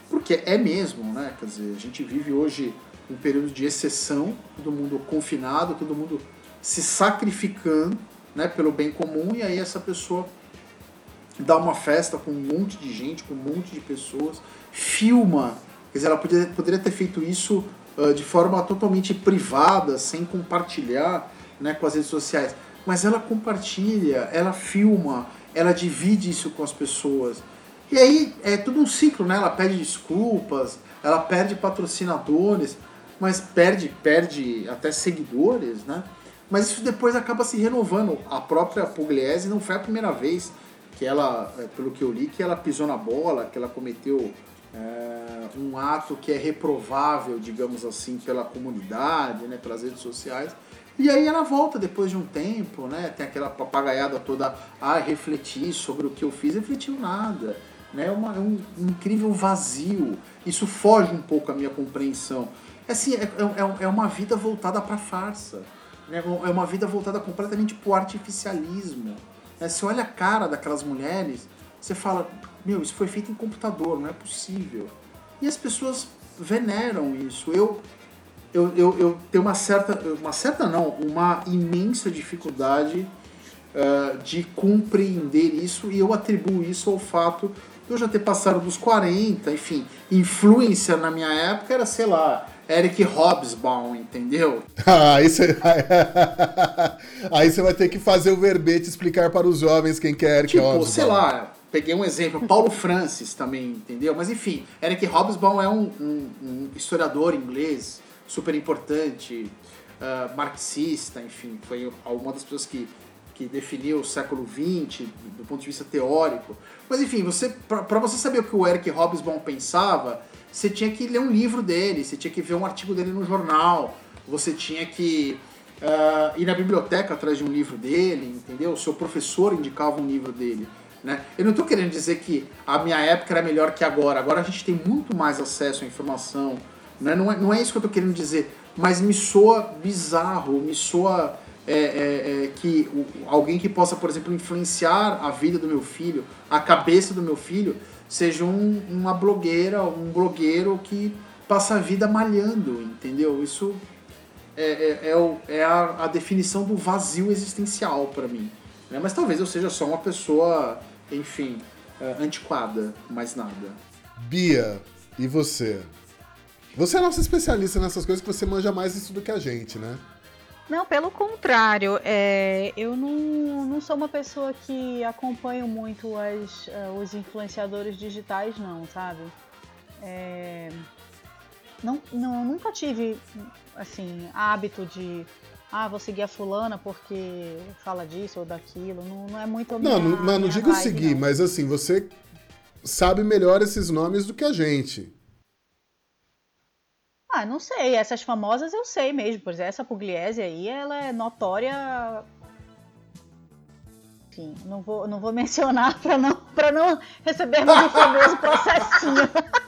Porque é mesmo, né? Quer dizer, a gente vive hoje um período de exceção, todo mundo confinado, todo mundo se sacrificando, né, pelo bem comum, e aí essa pessoa dá uma festa com um monte de gente, com um monte de pessoas, filma. Quer dizer, ela poderia, poderia ter feito isso uh, de forma totalmente privada, sem compartilhar, né, com as redes sociais. Mas ela compartilha, ela filma, ela divide isso com as pessoas. E aí é tudo um ciclo, né? Ela pede desculpas, ela perde patrocinadores, mas perde, perde até seguidores, né? Mas isso depois acaba se renovando. A própria Pugliese não foi a primeira vez que ela, pelo que eu li, que ela pisou na bola, que ela cometeu é, um ato que é reprovável, digamos assim, pela comunidade, né, pelas redes sociais. E aí ela volta depois de um tempo, né? Tem aquela papagaiada toda, ah, refletir sobre o que eu fiz, refletiu nada. Né? É, uma, é um incrível vazio. Isso foge um pouco à minha compreensão. Assim, é, é, é uma vida voltada para farsa. Né? É uma vida voltada completamente para o artificialismo. Né? Você olha a cara daquelas mulheres, você fala, meu, isso foi feito em computador, não é possível. E as pessoas veneram isso. Eu, eu, eu, eu tenho uma certa, uma certa não, uma imensa dificuldade uh, de compreender isso, e eu atribuo isso ao fato de eu já ter passado dos quarenta, enfim, influência na minha época era, sei lá, Eric Hobsbawm, entendeu? Ah, aí você aí você vai ter que fazer o verbete explicar para os jovens quem que é Eric tipo, Hobsbawm. Sei lá, peguei um exemplo, Paulo Francis também, entendeu? Mas enfim, Eric Hobsbawm é um, um, um historiador inglês super importante, uh, marxista, enfim, foi uma das pessoas que, que definiu o século vinte do ponto de vista teórico. Mas enfim, você, para você saber o que o Eric Hobsbawm pensava, você tinha que ler um livro dele, você tinha que ver um artigo dele no jornal, você tinha que uh, ir na biblioteca atrás de um livro dele, entendeu? O seu professor indicava um livro dele. Né? Eu não estou querendo dizer que a minha época era melhor que agora, agora a gente tem muito mais acesso à informação, né? Não é, não é isso que eu estou querendo dizer, mas me soa bizarro, me soa é, é, é, que o, alguém que possa, por exemplo, influenciar a vida do meu filho, a cabeça do meu filho, seja um, uma blogueira, um blogueiro que passa a vida malhando, entendeu? Isso é, é, é, o, é a, a definição do vazio existencial para mim. Né? Mas talvez eu seja só uma pessoa, enfim, é, antiquada, mais nada. Bia, e você? Você é nossa especialista nessas coisas, que você manja mais isso do que a gente, né? Não, pelo contrário, é, eu não, não sou uma pessoa que acompanho muito as, uh, os influenciadores digitais, não, sabe? É, não, não, nunca tive, assim, hábito de, ah, vou seguir a fulana porque fala disso ou daquilo, não, não é muito a minha, Não, não, não digo vibe, seguir, não. mas assim, você sabe melhor esses nomes do que a gente. Ah, não sei, essas famosas eu sei mesmo, por exemplo, essa Pugliese aí, ela é notória. Enfim, não vou, não vou mencionar para não, pra não recebermos um famoso processinho.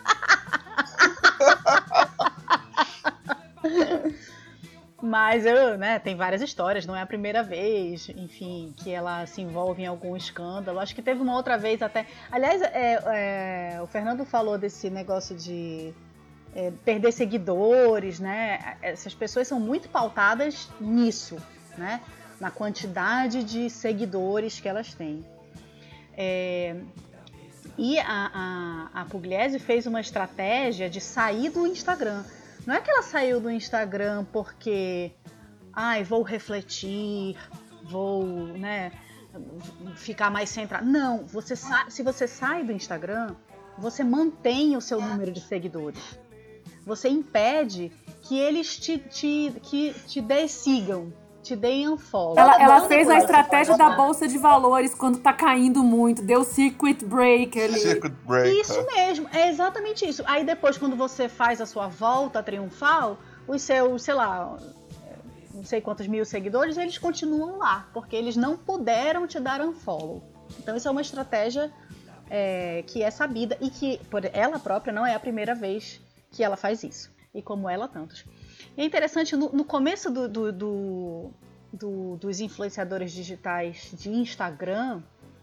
Mas eu, né, tem várias histórias, não é a primeira vez, enfim, que ela se envolve em algum escândalo. Acho que teve uma outra vez até. Aliás, é, é, o Fernando falou desse negócio de É, perder seguidores, né? Essas pessoas são muito pautadas nisso, né? Na quantidade de seguidores que elas têm. É, e a, a, a Pugliese fez uma estratégia de sair do Instagram. Não é que ela saiu do Instagram porque, ai, vou refletir, vou, né, ficar mais centrado. Não, você sa- se você sai do Instagram, você mantém o seu número de seguidores. Você impede que eles te, te, que te dessigam, te deem unfollow. Ela, ela fez a estratégia da bolsa de valores quando tá caindo muito, deu circuit break ali. Circuit breaker. Isso mesmo, é exatamente isso. Aí depois, quando você faz a sua volta triunfal, os seus, sei lá, não sei quantos mil seguidores, eles continuam lá, porque eles não puderam te dar unfollow. Então isso é uma estratégia é, que é sabida e que por ela própria não é a primeira vez que ela faz isso, e como ela, tantos. E é interessante, no, no começo do, do, do, do, dos influenciadores digitais de Instagram,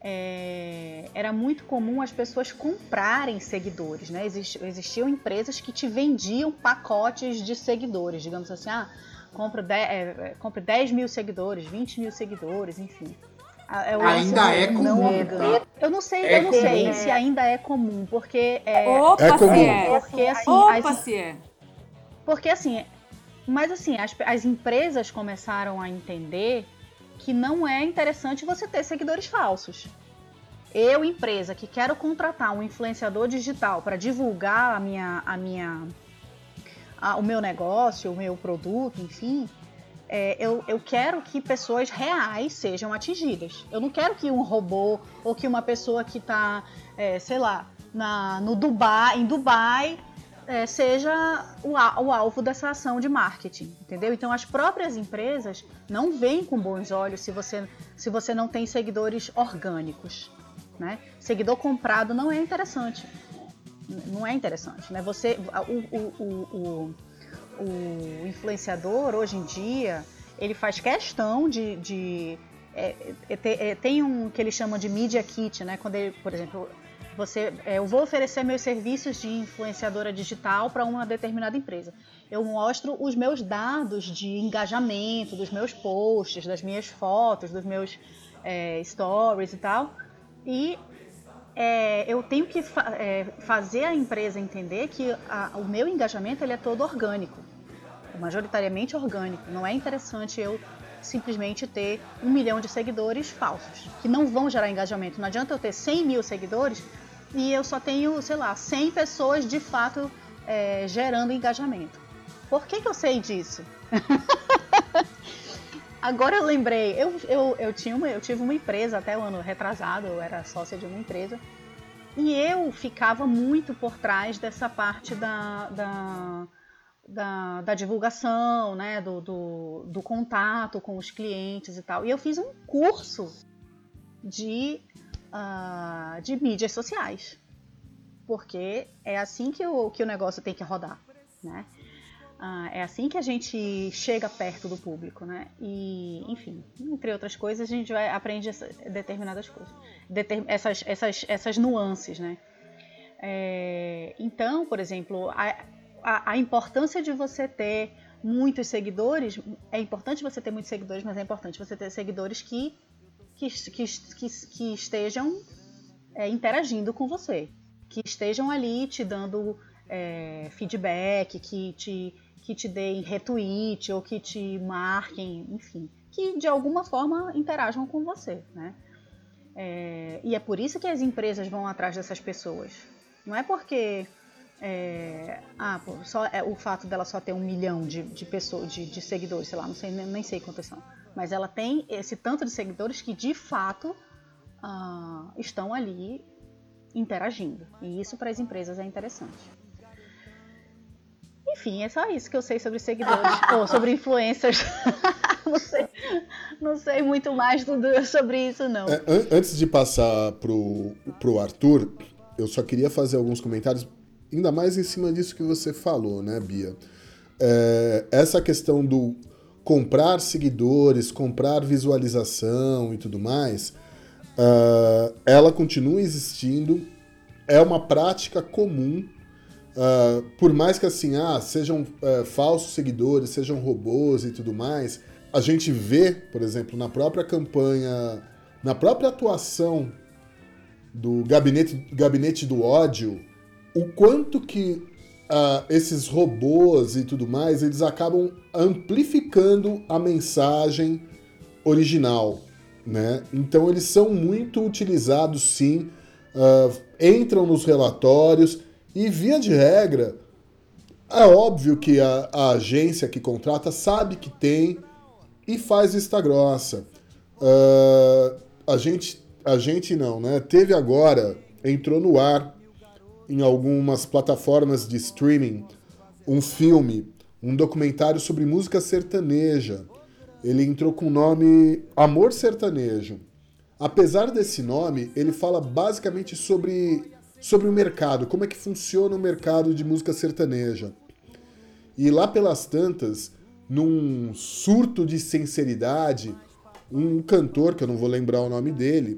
é, era muito comum as pessoas comprarem seguidores, né? Exist, existiam empresas que te vendiam pacotes de seguidores, digamos assim, ah, compre dez mil seguidores, vinte mil seguidores, enfim. É ainda é comum, tá? Eu não sei, é eu não comum. sei se ainda é comum, porque é, Opa, é comum. se é. Porque assim, Opa, as, se é. porque assim, mas assim, as, as empresas começaram a entender que não é interessante você ter seguidores falsos. Eu, empresa, que quero contratar um influenciador digital para divulgar a minha, a minha, a, o meu negócio, o meu produto, enfim, é, eu, eu quero que pessoas reais sejam atingidas. Eu não quero que um robô ou que uma pessoa que está, é, sei lá, na, no Dubai, em Dubai, é, seja o, o alvo dessa ação de marketing, entendeu? Então as próprias empresas não veem com bons olhos se você, se você não tem seguidores orgânicos, né? Seguidor comprado não é interessante, não é interessante, né? Você, o, o, o, o, o influenciador hoje em dia, ele faz questão de, de é, é, é, tem um que ele chama de media kit, né? Quando ele, por exemplo, Você, é, eu vou oferecer meus serviços de influenciadora digital para uma determinada empresa. Eu mostro os meus dados de engajamento, dos meus posts, das minhas fotos, dos meus é, stories e tal. E é, eu tenho que fa- é, fazer a empresa entender que a, o meu engajamento ele é todo orgânico, majoritariamente orgânico. Não é interessante eu simplesmente ter um milhão de seguidores falsos, que não vão gerar engajamento. Não adianta eu ter cem mil seguidores e eu só tenho, sei lá, cem pessoas de fato é, gerando engajamento. Por que que eu sei disso? Agora eu lembrei, eu, eu, eu, tinha uma, eu tive uma empresa até o ano retrasado, eu era sócia de uma empresa, e eu ficava muito por trás dessa parte da... da Da, da divulgação, né, do, do, do contato com os clientes e tal. E eu fiz um curso de, uh, de mídias sociais, porque é assim que o, que o negócio tem que rodar, né? Uh, é assim que a gente chega perto do público, né? E, enfim, entre outras coisas, a gente vai, aprende essa, determinadas coisas, determ, essas, essas, essas nuances, né? É, então, por exemplo, a, A, a importância de você ter muitos seguidores, é importante você ter muitos seguidores, mas é importante você ter seguidores que, que, que, que, que estejam é, interagindo com você, que estejam ali te dando é, feedback, que te, que te deem retweet ou que te marquem, enfim, que de alguma forma interajam com você, né? É, e é por isso que as empresas vão atrás dessas pessoas. Não é porque... É, ah, pô, só, é, o fato dela só ter um milhão de, de pessoas, de, de seguidores, sei lá, não sei, nem, nem sei quantas são, mas ela tem esse tanto de seguidores que de fato ah, estão ali interagindo, e isso para as empresas é interessante. Enfim, é só isso que eu sei sobre seguidores, ou sobre influencers. não, sei, não sei muito mais tudo sobre isso, não. É, an- antes de passar pro, pro Arthur, eu só queria fazer alguns comentários, ainda mais em cima disso que você falou, né, Bia? É, essa questão do comprar seguidores, comprar visualização e tudo mais, uh, ela continua existindo, é uma prática comum, uh, por mais que assim, ah, sejam uh, falsos seguidores, sejam robôs e tudo mais, a gente vê, por exemplo, na própria campanha, na própria atuação do Gabinete, Gabinete do Ódio, o quanto que uh, esses robôs e tudo mais, eles acabam amplificando a mensagem original, né? Então eles são muito utilizados, sim, uh, entram nos relatórios e, via de regra, é óbvio que a, a agência que contrata sabe que tem e faz vista grossa. Uh, a gente, a gente não, né? Teve agora, entrou no ar em algumas plataformas de streaming, um filme, um documentário sobre música sertaneja. Ele entrou com o nome Amor Sertanejo. Apesar desse nome, ele fala basicamente sobre, sobre o mercado, como é que funciona o mercado de música sertaneja. E lá pelas tantas, num surto de sinceridade, um cantor, que eu não vou lembrar o nome dele,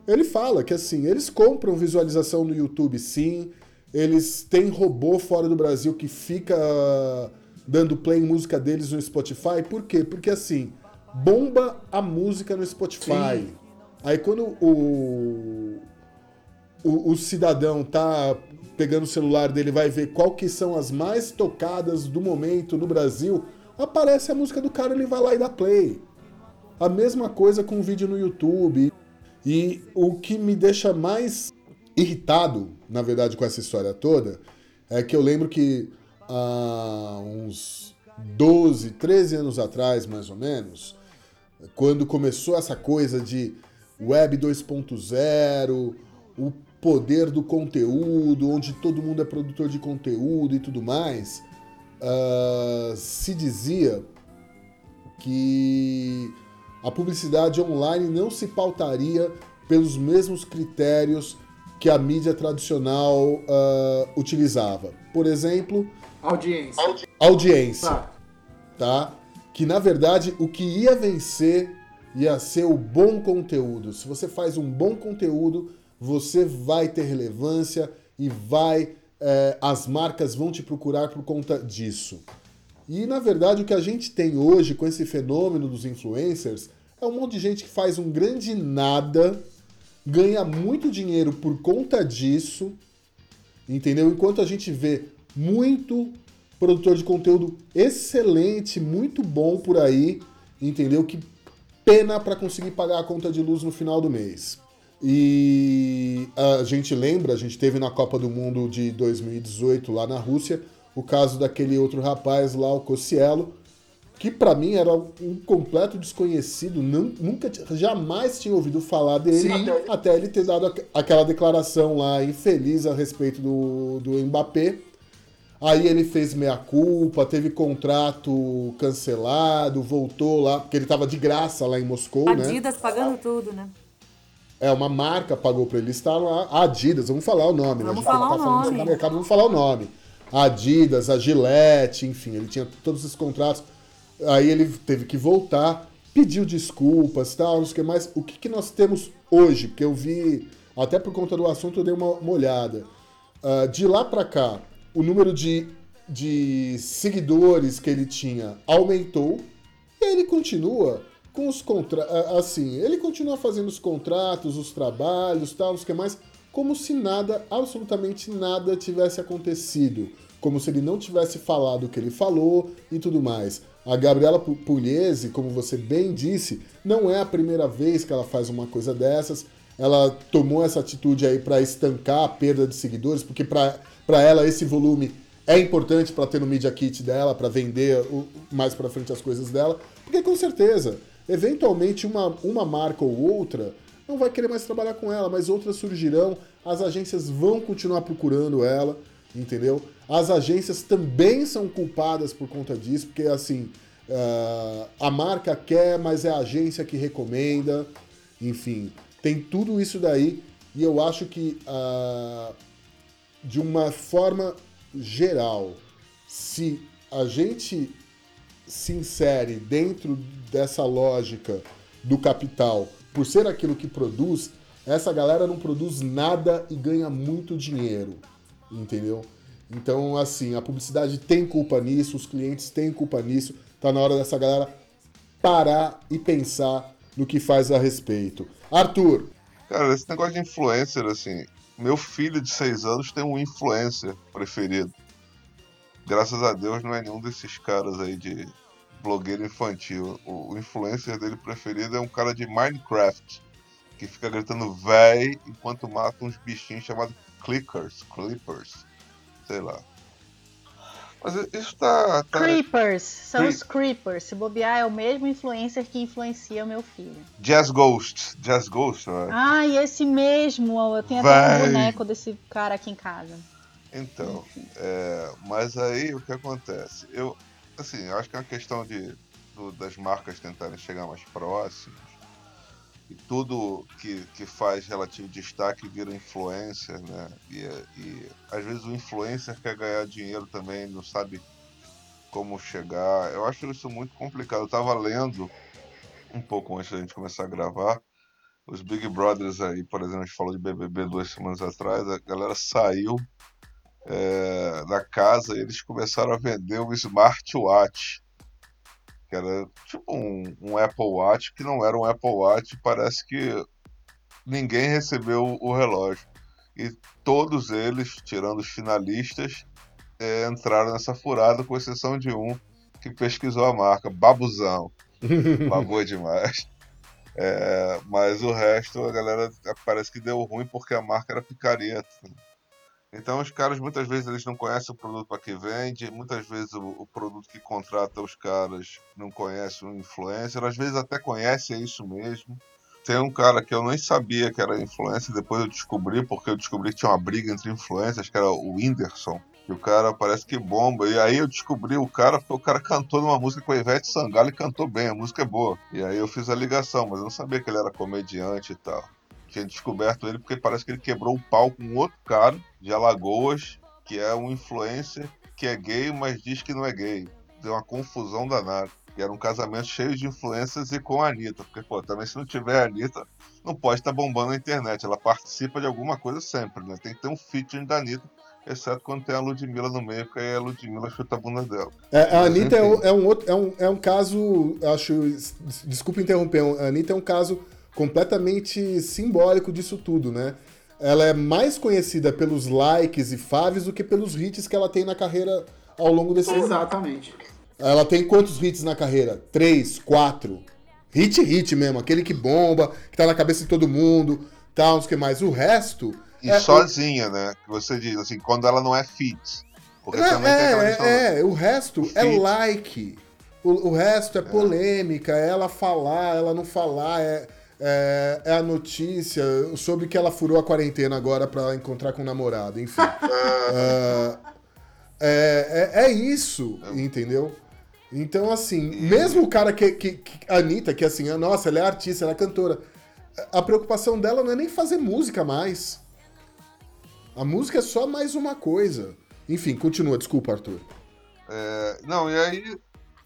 Ele fala que assim, eles compram visualização no YouTube, sim. Eles têm robô fora do Brasil que fica dando play em música deles no Spotify. Por quê? Porque assim, bomba a música no Spotify. Sim. Aí quando o, o, o cidadão tá pegando o celular dele, vai ver qual que são as mais tocadas do momento no Brasil, aparece a música do cara, ele vai lá e dá play. A mesma coisa com o vídeo no YouTube. E o que me deixa mais irritado, na verdade, com essa história toda, é que eu lembro que há uns doze, treze anos atrás, mais ou menos, quando começou essa coisa de Web dois ponto zero, o poder do conteúdo, onde todo mundo é produtor de conteúdo e tudo mais, uh, se dizia que a publicidade online não se pautaria pelos mesmos critérios que a mídia tradicional uh, utilizava. Por exemplo, Audiência. audiência, Tá. tá? Que na verdade o que ia vencer ia ser o bom conteúdo. Se você faz um bom conteúdo, você vai ter relevância e vai, eh, as marcas vão te procurar por conta disso. E na verdade o que a gente tem hoje com esse fenômeno dos influencers é um monte de gente que faz um grande nada, ganha muito dinheiro por conta disso, entendeu? Enquanto a gente vê muito produtor de conteúdo excelente, muito bom por aí, entendeu? Que pena para conseguir pagar a conta de luz no final do mês. E a gente lembra, a gente teve na Copa do Mundo de dois mil e dezoito lá na Rússia, o caso daquele outro rapaz lá, o Cossielo, que para mim era um completo desconhecido, não, nunca, jamais tinha ouvido falar dele, Sim. até ele ter dado aquela declaração lá infeliz a respeito do, do Mbappé. Aí ele fez meia-culpa, teve contrato cancelado, voltou lá, porque ele tava de graça lá em Moscou, né? Adidas pagando tudo, né? É, uma marca pagou para ele estar lá. A Adidas, vamos falar o nome, né? Vamos A gente falar tá o falando nome. sobre o mercado, vamos falar o nome. A Adidas, a Gillette, enfim, ele tinha todos esses contratos. Aí ele teve que voltar, pediu desculpas, tal, não sei o que mais. O que, que nós temos hoje? Porque eu vi, até por conta do assunto, eu dei uma, uma olhada. Uh, de lá para cá, o número de, de seguidores que ele tinha aumentou e ele continua com os contratos, assim, ele continua fazendo os contratos, os trabalhos, tal, não sei o que mais, como se nada, absolutamente nada tivesse acontecido, como se ele não tivesse falado o que ele falou e tudo mais. A Gabriela Pugliese, como você bem disse, não é a primeira vez que ela faz uma coisa dessas. Ela tomou essa atitude aí para estancar a perda de seguidores, porque para ela esse volume é importante para ter no Media Kit dela, para vender o, mais para frente as coisas dela, porque com certeza, eventualmente uma, uma marca ou outra não vai querer mais trabalhar com ela, mas outras surgirão, as agências vão continuar procurando ela, entendeu? As agências também são culpadas por conta disso, porque assim, uh, a marca quer, mas é a agência que recomenda, enfim, tem tudo isso daí, e eu acho que uh, de uma forma geral, se a gente se insere dentro dessa lógica do capital, por ser aquilo que produz, essa galera não produz nada e ganha muito dinheiro, entendeu? Então, assim, a publicidade tem culpa nisso, os clientes têm culpa nisso, tá na hora dessa galera parar e pensar no que faz a respeito. Arthur! Cara, esse negócio de influencer, assim, meu filho de seis anos tem um influencer preferido. Graças a Deus não é nenhum desses caras aí de blogueiro infantil. O influencer dele preferido é um cara de Minecraft, que fica gritando véi enquanto mata uns bichinhos chamados clickers, clippers, sei lá. Mas isso tá... tá... Creepers, são Cre- os creepers. Se bobear, é o mesmo influencer que influencia o meu filho. Jazz Ghost, Jazz Ghost, né? Ai, esse mesmo. Eu tenho até Vai. um boneco desse cara aqui em casa. Então, é, mas aí o que acontece? Eu, assim, eu acho que é uma questão de, do- das marcas tentarem chegar mais próximos, e tudo que, que faz relativo destaque vira influencer, né? E, e às vezes o influencer quer ganhar dinheiro também, não sabe como chegar. Eu acho isso muito complicado. Eu tava lendo um pouco antes da gente começar a gravar, os Big Brothers aí, por exemplo, a gente falou de B B B duas semanas atrás, a galera saiu é, da casa e eles começaram a vender um smartwatch, que era tipo um, um Apple Watch, que não era um Apple Watch, parece que ninguém recebeu o relógio. E todos eles, tirando os finalistas, é, entraram nessa furada, com exceção de um que pesquisou a marca, Babuzão. Babou demais. É, mas o resto, a galera parece que deu ruim porque a marca era picareta. Então os caras, muitas vezes, eles não conhecem o produto para que vende, muitas vezes o, o produto que contrata os caras não conhece o influencer, às vezes até conhece, é isso mesmo. Tem um cara que eu nem sabia que era influencer, depois eu descobri, porque eu descobri que tinha uma briga entre influencers, que era o Whindersson. E o cara parece que bomba. E aí eu descobri o cara, porque o cara cantou numa música com a Ivete Sangalo e cantou bem, a música é boa. E aí eu fiz a ligação, mas eu não sabia que ele era comediante e tal. Tinha descoberto ele porque parece que ele quebrou o pau com um outro cara de Alagoas, que é um influencer que é gay, mas diz que não é gay. Deu uma confusão danada. E era um casamento cheio de influências e com a Anitta. Porque, pô, também se não tiver a Anitta, não pode estar bombando na internet. Ela participa de alguma coisa sempre, né? Tem que ter um featuring da Anitta, exceto quando tem a Ludmilla no meio, porque aí a Ludmilla chuta a bunda dela. É, a Mas, Anitta é enfim. um, é um outro, é um, é um caso, acho, desculpa interromper, a Anitta é um caso completamente simbólico disso tudo, né? Ela é mais conhecida pelos likes e faves do que pelos hits que ela tem na carreira ao longo desse ano. Exatamente. Ela tem quantos hits na carreira? Três, quatro. Hit, hit mesmo, aquele que bomba, que tá na cabeça de todo mundo, tal, uns que mais. O resto... E é, sozinha, né? Que você diz, assim, quando ela não é fit. Porque é, também tem aquela questão... é, é, o resto o é feat. like. O, o resto é polêmica, é ela falar, ela não falar, é, é, é a notícia. Eu soube que ela furou a quarentena agora pra encontrar com o namorado, enfim. Ah, é, é, é isso, entendeu? Então, assim, mesmo o cara que, que, que. A Anitta, que assim, ah, nossa, ela é artista, ela é cantora. A preocupação dela não é nem fazer música mais. A música é só mais uma coisa. Enfim, continua, desculpa, Arthur. É, não, e aí...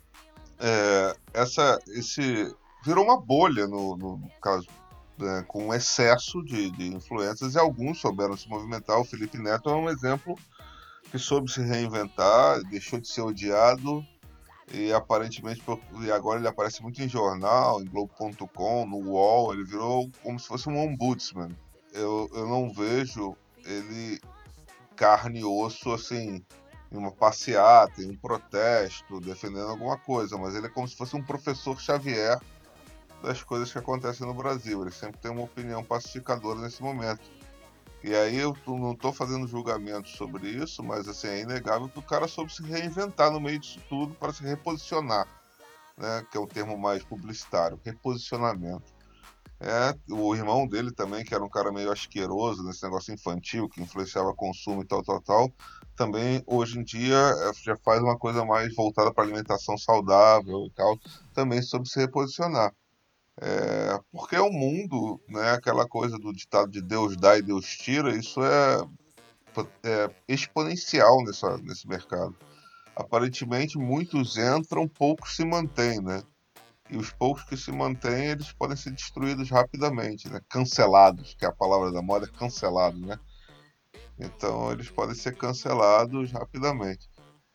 É, essa, esse... Virou uma bolha, no, no caso, né, com um excesso de, de influências, e alguns souberam se movimentar. O Felipe Neto é um exemplo que soube se reinventar, deixou de ser odiado, e aparentemente, e agora ele aparece muito em jornal, em Globo ponto com, no U O L, ele virou como se fosse um ombudsman. Eu, eu não vejo ele carne e osso, assim, em uma passeata, em um protesto, defendendo alguma coisa, mas ele é como se fosse um professor Xavier das coisas que acontecem no Brasil. Ele sempre tem uma opinião pacificadora nesse momento. E aí eu não estou fazendo julgamento sobre isso, mas assim, é inegável que o cara soube se reinventar no meio disso tudo para se reposicionar, né? Que é um termo mais publicitário, reposicionamento. É, o irmão dele também, que era um cara meio asqueroso nesse negócio infantil, que influenciava consumo e tal, tal, tal, também hoje em dia já faz uma coisa mais voltada para alimentação saudável e tal, também soube se reposicionar. É, porque é o mundo, né, aquela coisa do ditado de Deus dá e Deus tira, isso é, é exponencial nessa, nesse mercado. Aparentemente, muitos entram, poucos se mantêm, né? E os poucos que se mantêm, eles podem ser destruídos rapidamente, né? Cancelados, que é a palavra da moda, é cancelado, né? Então, eles podem ser cancelados rapidamente.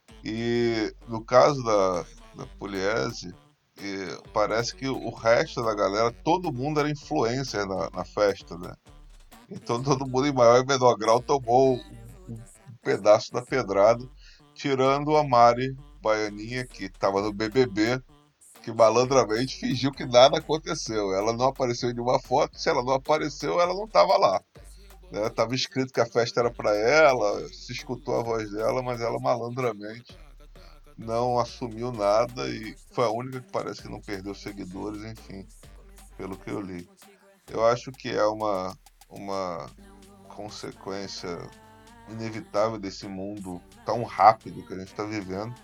E no caso da, da Pugliese, e parece que o resto da galera, todo mundo era influencer na, na festa, né? Então todo mundo em maior e menor grau tomou um, um pedaço da pedrada, tirando a Mari Baianinha, que estava no B B B, que malandramente fingiu que nada aconteceu. Ela não apareceu em nenhuma foto, se ela não apareceu, ela não estava lá. Né? Tava escrito que a festa era para ela, se escutou a voz dela, mas ela malandramente não assumiu nada e foi a única que parece que não perdeu seguidores, enfim, pelo que eu li. Eu acho que é uma, uma consequência inevitável desse mundo tão rápido que a gente está vivendo,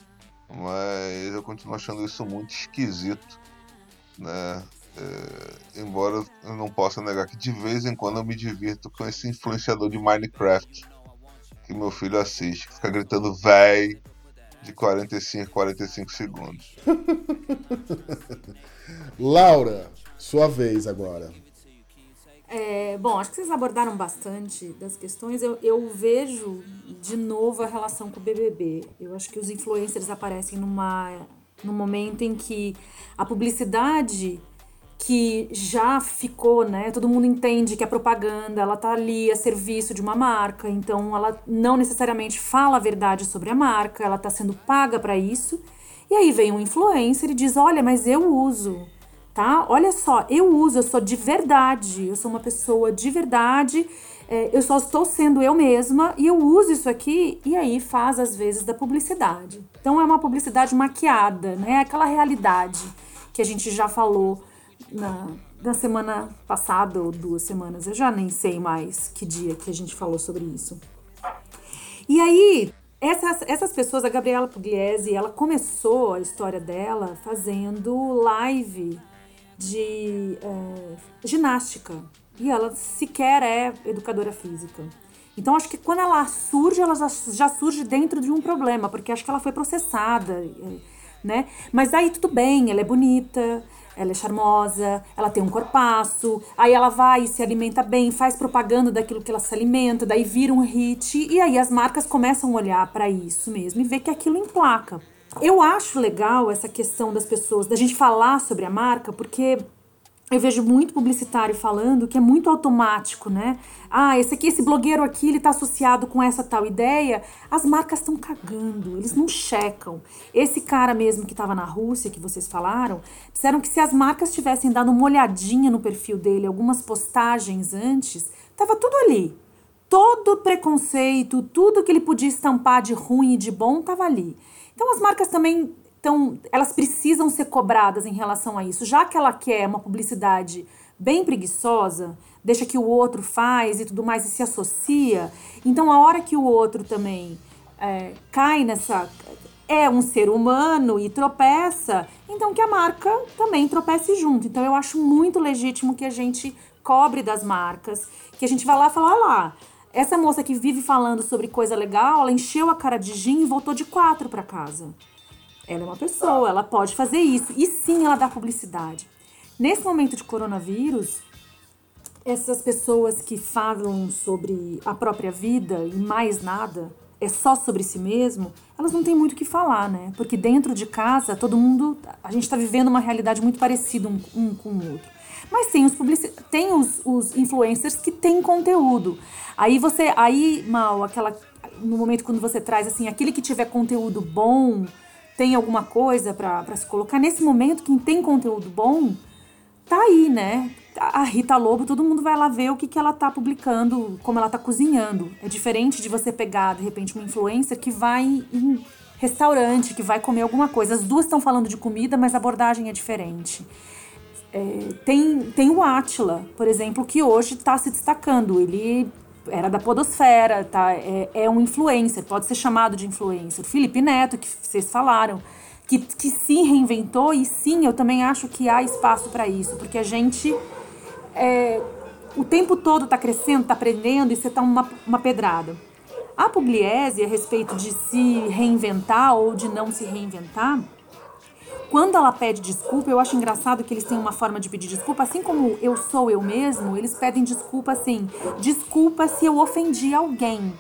mas eu continuo achando isso muito esquisito, né? É, embora eu não possa negar que de vez em quando eu me divirto com esse influenciador de Minecraft que meu filho assiste, que fica gritando véi de quarenta e cinco, quarenta e cinco segundos. Laura, sua vez agora. É, bom, acho que vocês abordaram bastante das questões. Eu, eu vejo de novo a relação com o B B B. Eu acho que os influencers aparecem numa, num momento em que a publicidade que já ficou, né? Todo mundo entende que a propaganda, ela tá ali a serviço de uma marca, então ela não necessariamente fala a verdade sobre a marca, ela tá sendo paga para isso. E aí vem um influencer e diz, olha, mas eu uso, tá? Olha só, eu uso, eu sou de verdade, eu sou uma pessoa de verdade, é, eu só estou sendo eu mesma e eu uso isso aqui, e aí faz às vezes da publicidade. Então é uma publicidade maquiada, né? Aquela realidade que a gente já falou Na, na semana passada ou duas semanas, eu já nem sei mais que dia que a gente falou sobre isso. E aí, essas, essas pessoas, a Gabriela Pugliese, ela começou a história dela fazendo live de é, ginástica. E ela sequer é educadora física. Então, acho que quando ela surge, ela já, já surge dentro de um problema, porque acho que ela foi processada, né? Mas aí tudo bem, ela é bonita, ela é charmosa, ela tem um corpaço, aí ela vai e se alimenta bem, faz propaganda daquilo que ela se alimenta, daí vira um hit, e aí as marcas começam a olhar para isso mesmo e ver que aquilo emplaca. Eu acho legal essa questão das pessoas, da gente falar sobre a marca, porque eu vejo muito publicitário falando que é muito automático, né? Ah, esse aqui, esse blogueiro aqui, ele tá associado com essa tal ideia. As marcas estão cagando, eles não checam. Esse cara mesmo que tava na Rússia, que vocês falaram, disseram que se as marcas tivessem dado uma olhadinha no perfil dele, algumas postagens antes, tava tudo ali. Todo preconceito, tudo que ele podia estampar de ruim e de bom tava ali. Então as marcas também... Então, elas precisam ser cobradas em relação a isso. Já que ela quer uma publicidade bem preguiçosa, deixa que o outro faz e tudo mais e se associa, então a hora que o outro também é, cai nessa... é um ser humano e tropeça, então que a marca também tropece junto. Então eu acho muito legítimo que a gente cobre das marcas, que a gente vá lá e fala, olha lá, essa moça que vive falando sobre coisa legal, ela encheu a cara de gin e voltou de quatro para casa. Ela é uma pessoa, ela pode fazer isso. E sim, ela dá publicidade. Nesse momento de coronavírus, essas pessoas que falam sobre a própria vida e mais nada, é só sobre si mesmo, elas não têm muito o que falar, né? Porque dentro de casa, todo mundo... A gente tá vivendo uma realidade muito parecida um, um com o outro. Mas tem os, publici- tem os, os influencers que têm conteúdo. Aí você... Aí, Mal, aquela, no momento quando você traz, assim, aquele que tiver conteúdo bom... tem alguma coisa pra, pra se colocar. Nesse momento, quem tem conteúdo bom, tá aí, né? A Rita Lobo, todo mundo vai lá ver o que, que ela tá publicando, como ela tá cozinhando. É diferente de você pegar, de repente, uma influencer que vai em restaurante, que vai comer alguma coisa. As duas estão falando de comida, mas a abordagem é diferente. É, tem, tem o Átila, por exemplo, que hoje tá se destacando. Ele... era da podosfera, tá? É, é um influencer, pode ser chamado de influencer. Felipe Neto, que vocês falaram, que, que se reinventou, e sim, eu também acho que há espaço para isso, porque a gente é, o tempo todo tá crescendo, tá aprendendo, e você tá uma, uma pedrada. A Pugliese, a respeito de se reinventar ou de não se reinventar, quando ela pede desculpa, eu acho engraçado que eles têm uma forma de pedir desculpa, assim como eu sou eu mesmo, eles pedem desculpa assim, desculpa se eu ofendi alguém.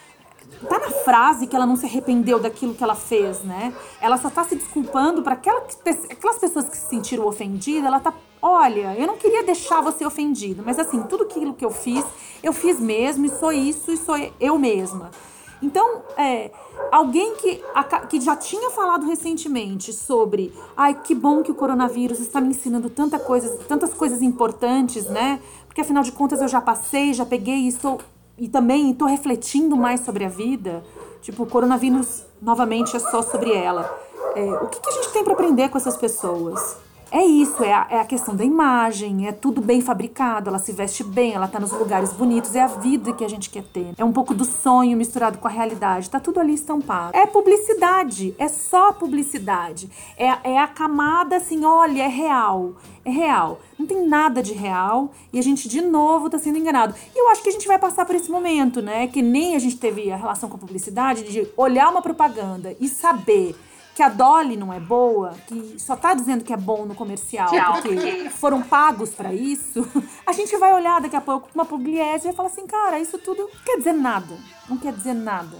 Tá na frase que ela não se arrependeu daquilo que ela fez, né? Ela só tá se desculpando para aquela, aquelas pessoas que se sentiram ofendidas, ela tá, olha, eu não queria deixar você ofendido, mas assim, tudo aquilo que eu fiz, eu fiz mesmo, e sou isso, e sou eu mesma. Então, é, alguém que, que já tinha falado recentemente sobre, ai, que bom que o coronavírus está me ensinando tanta coisa, tantas coisas importantes, né? Porque afinal de contas eu já passei, já peguei e estou, e também estou refletindo mais sobre a vida. Tipo, o coronavírus novamente é só sobre ela. É, o que, que a gente tem para aprender com essas pessoas? É isso, é a, é a questão da imagem, é tudo bem fabricado, ela se veste bem, ela tá nos lugares bonitos, é a vida que a gente quer ter. É um pouco do sonho misturado com a realidade, tá tudo ali estampado. É publicidade, é só publicidade. É, é a camada assim, olha, é real, é real. Não tem nada de real e a gente de novo tá sendo enganado. E eu acho que a gente vai passar por esse momento, né? Que nem a gente teve a relação com a publicidade, de olhar uma propaganda e saber que a Dolly não é boa, que só tá dizendo que é bom no comercial porque foram pagos pra isso, a gente vai olhar daqui a pouco uma Pugliese e vai falar assim, cara, isso tudo não quer dizer nada. Não quer dizer nada.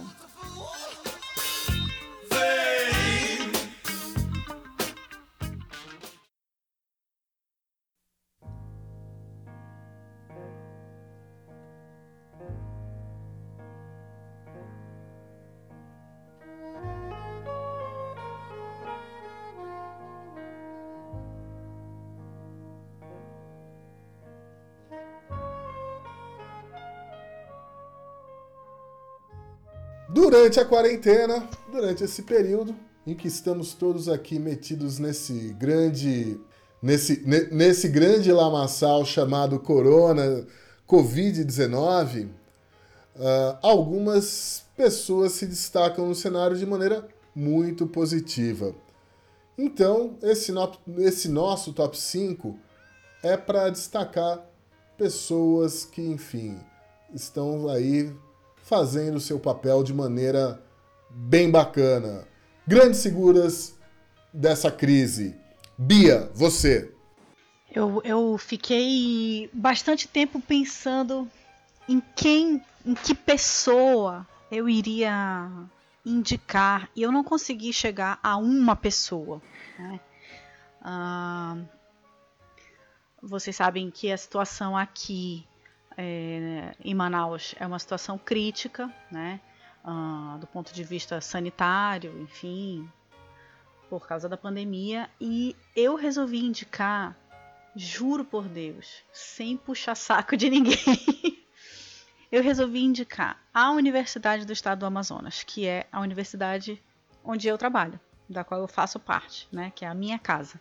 Durante a quarentena, durante esse período em que estamos todos aqui metidos nesse grande, nesse, ne, nesse grande lamaçal chamado Corona, covid dezenove, uh, algumas pessoas se destacam no cenário de maneira muito positiva. Então, esse, no, esse nosso top cinco é para destacar pessoas que, enfim, estão aí fazendo o seu papel de maneira bem bacana. Grandes figuras dessa crise. Bia, você. Eu, eu fiquei bastante tempo pensando em quem, em que pessoa eu iria indicar, e eu não consegui chegar a uma pessoa, né? Ah, vocês sabem que a situação aqui É, em Manaus é uma situação crítica, né, uh, do ponto de vista sanitário, enfim, por causa da pandemia, e eu resolvi indicar, juro por Deus, sem puxar saco de ninguém, eu resolvi indicar a Universidade do Estado do Amazonas, que é a universidade onde eu trabalho, da qual eu faço parte, né, que é a minha casa,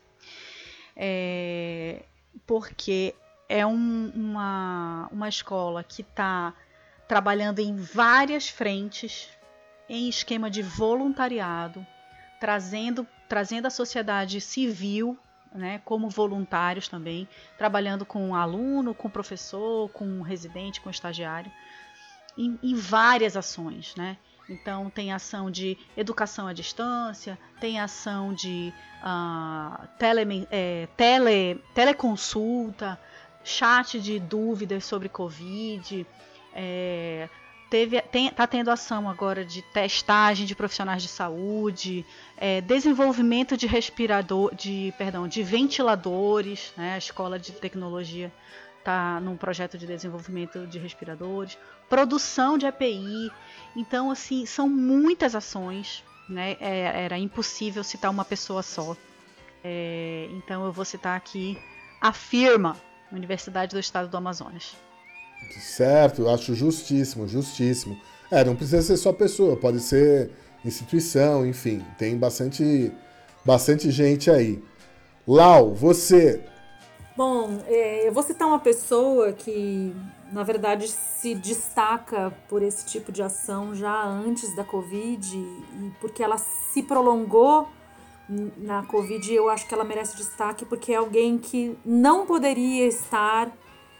é, porque é um, uma, uma escola que está trabalhando em várias frentes, em esquema de voluntariado, trazendo, trazendo a sociedade civil, né, como voluntários também, trabalhando com aluno, com professor, com residente, com estagiário, em, em várias ações, né? Então tem ação de educação à distância, tem ação de uh, tele, é, tele, teleconsulta, chat de dúvidas sobre Covid, é, teve, tem, tá tendo ação agora de testagem de profissionais de saúde, é, desenvolvimento de respirador, de, perdão, de ventiladores, né? A escola de tecnologia está num projeto de desenvolvimento de respiradores, produção de E P I, então assim, são muitas ações, né? É, era impossível citar uma pessoa só, é, então eu vou citar aqui a firma Universidade do Estado do Amazonas. Certo, eu acho justíssimo, justíssimo. É, não precisa ser só pessoa, pode ser instituição, enfim, tem bastante, bastante gente aí. Lau, você. Bom, é, eu vou citar uma pessoa que, na verdade, se destaca por esse tipo de ação já antes da Covid, e porque ela se prolongou na Covid, eu acho que ela merece destaque porque é alguém que não poderia estar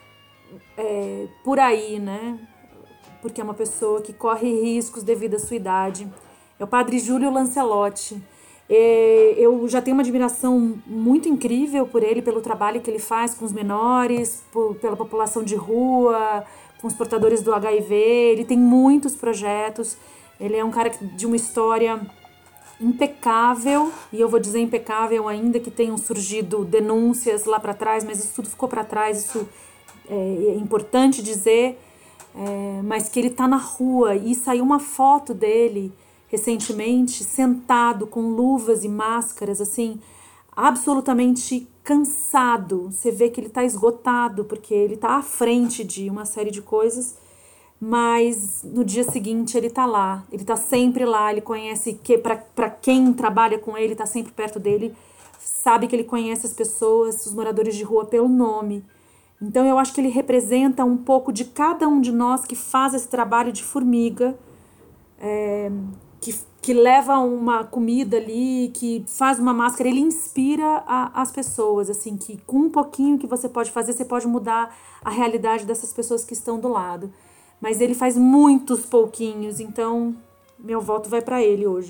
é, por aí, né? Porque é uma pessoa que corre riscos devido à sua idade. É o padre Júlio Lancelotti. É, eu já tenho uma admiração muito incrível por ele, pelo trabalho que ele faz com os menores, por, pela população de rua, com os portadores do H I V. Ele tem muitos projetos. Ele é um cara de uma história impecável, e eu vou dizer impecável ainda que tenham surgido denúncias lá para trás, mas isso tudo ficou para trás, isso é, é importante dizer, é, mas que ele tá na rua, e saiu uma foto dele recentemente, sentado com luvas e máscaras, assim, absolutamente cansado, você vê que ele tá esgotado, porque ele tá à frente de uma série de coisas, mas no dia seguinte ele tá lá, ele tá sempre lá, ele conhece, que para quem trabalha com ele, tá sempre perto dele, sabe que ele conhece as pessoas, os moradores de rua pelo nome. Então eu acho que ele representa um pouco de cada um de nós que faz esse trabalho de formiga, é, que, que leva uma comida ali, que faz uma máscara, ele inspira a, as pessoas, assim, que com um pouquinho que você pode fazer, você pode mudar a realidade dessas pessoas que estão do lado. Mas ele faz muitos pouquinhos, então meu voto vai para ele hoje.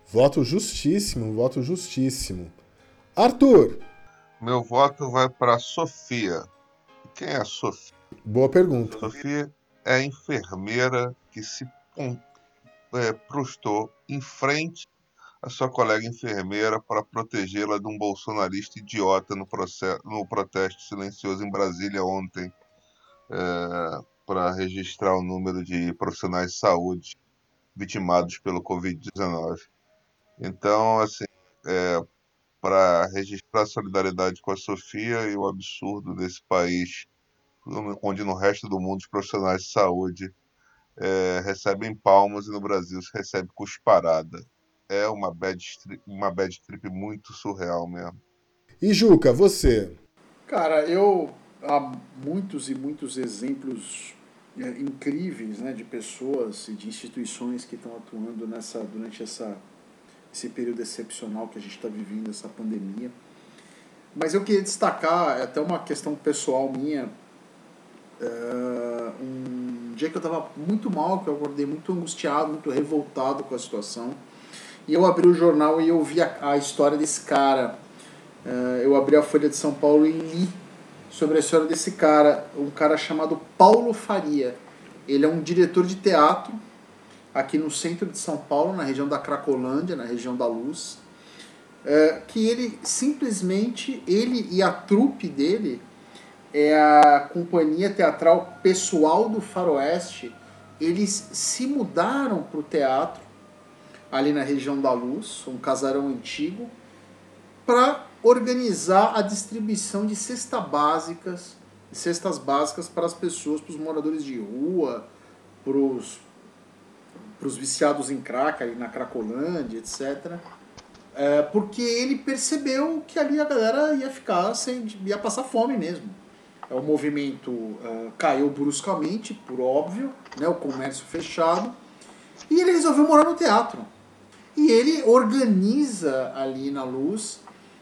Voto justíssimo, voto justíssimo. Arthur, Meu voto vai para Sofia. Quem é a Sofia? boa pergunta. Sofia é a enfermeira que se pon- é, prostou em frente à sua colega enfermeira para protegê-la de um bolsonarista idiota no, processo, no protesto silencioso em Brasília ontem, para registrar o número de profissionais de saúde vitimados pelo covid dezenove. Então, assim, para registrar a solidariedade com a Sofia e o absurdo desse país, onde no resto do mundo os profissionais de saúde é, recebem palmas e no Brasil se recebe cusparada. É uma bad, stri- uma bad trip muito surreal mesmo. E Juca, você? Cara, eu há muitos e muitos exemplos é, incríveis, né, de pessoas e de instituições que estão atuando nessa durante essa esse período excepcional que a gente está vivendo, essa pandemia. Mas eu queria destacar, é até uma questão pessoal minha, é, um dia que eu estava muito mal, que eu acordei muito angustiado, muito revoltado com a situação, e eu abri o jornal e eu vi a, a história desse cara. É, eu abri a Folha de São Paulo e li sobre a história desse cara, um cara chamado Paulo Faria. Ele é um diretor de teatro aqui no centro de São Paulo, na região da Cracolândia, na região da Luz, é, que ele simplesmente, ele e a trupe dele, é a companhia teatral Pessoal do Faroeste, eles se mudaram para o teatro, ali na região da Luz, um casarão antigo, para organizar a distribuição de cestas básicas, cestas básicas para as pessoas, para os moradores de rua, para os para os viciados em crack, ali na Cracolândia, etcétera. É, porque ele percebeu que ali a galera ia ficar sem, ia passar fome mesmo. O movimento uh, caiu bruscamente, por óbvio, né, o comércio fechado, e ele resolveu morar no teatro. E ele organiza ali na Luz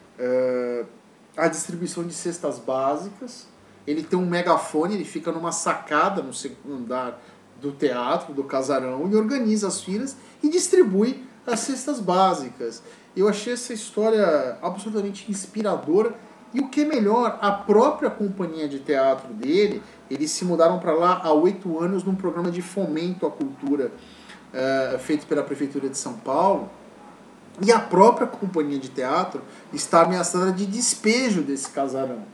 uh, a distribuição de cestas básicas. Ele tem um megafone, ele fica numa sacada no segundo andar do teatro, do casarão, e organiza as filas e distribui as cestas básicas. Eu achei essa história absolutamente inspiradora. E o que é melhor, a própria companhia de teatro dele, eles se mudaram para lá há oito anos num programa de fomento à cultura uh, feito pela Prefeitura de São Paulo. E a própria companhia de teatro está ameaçada de despejo desse casarão.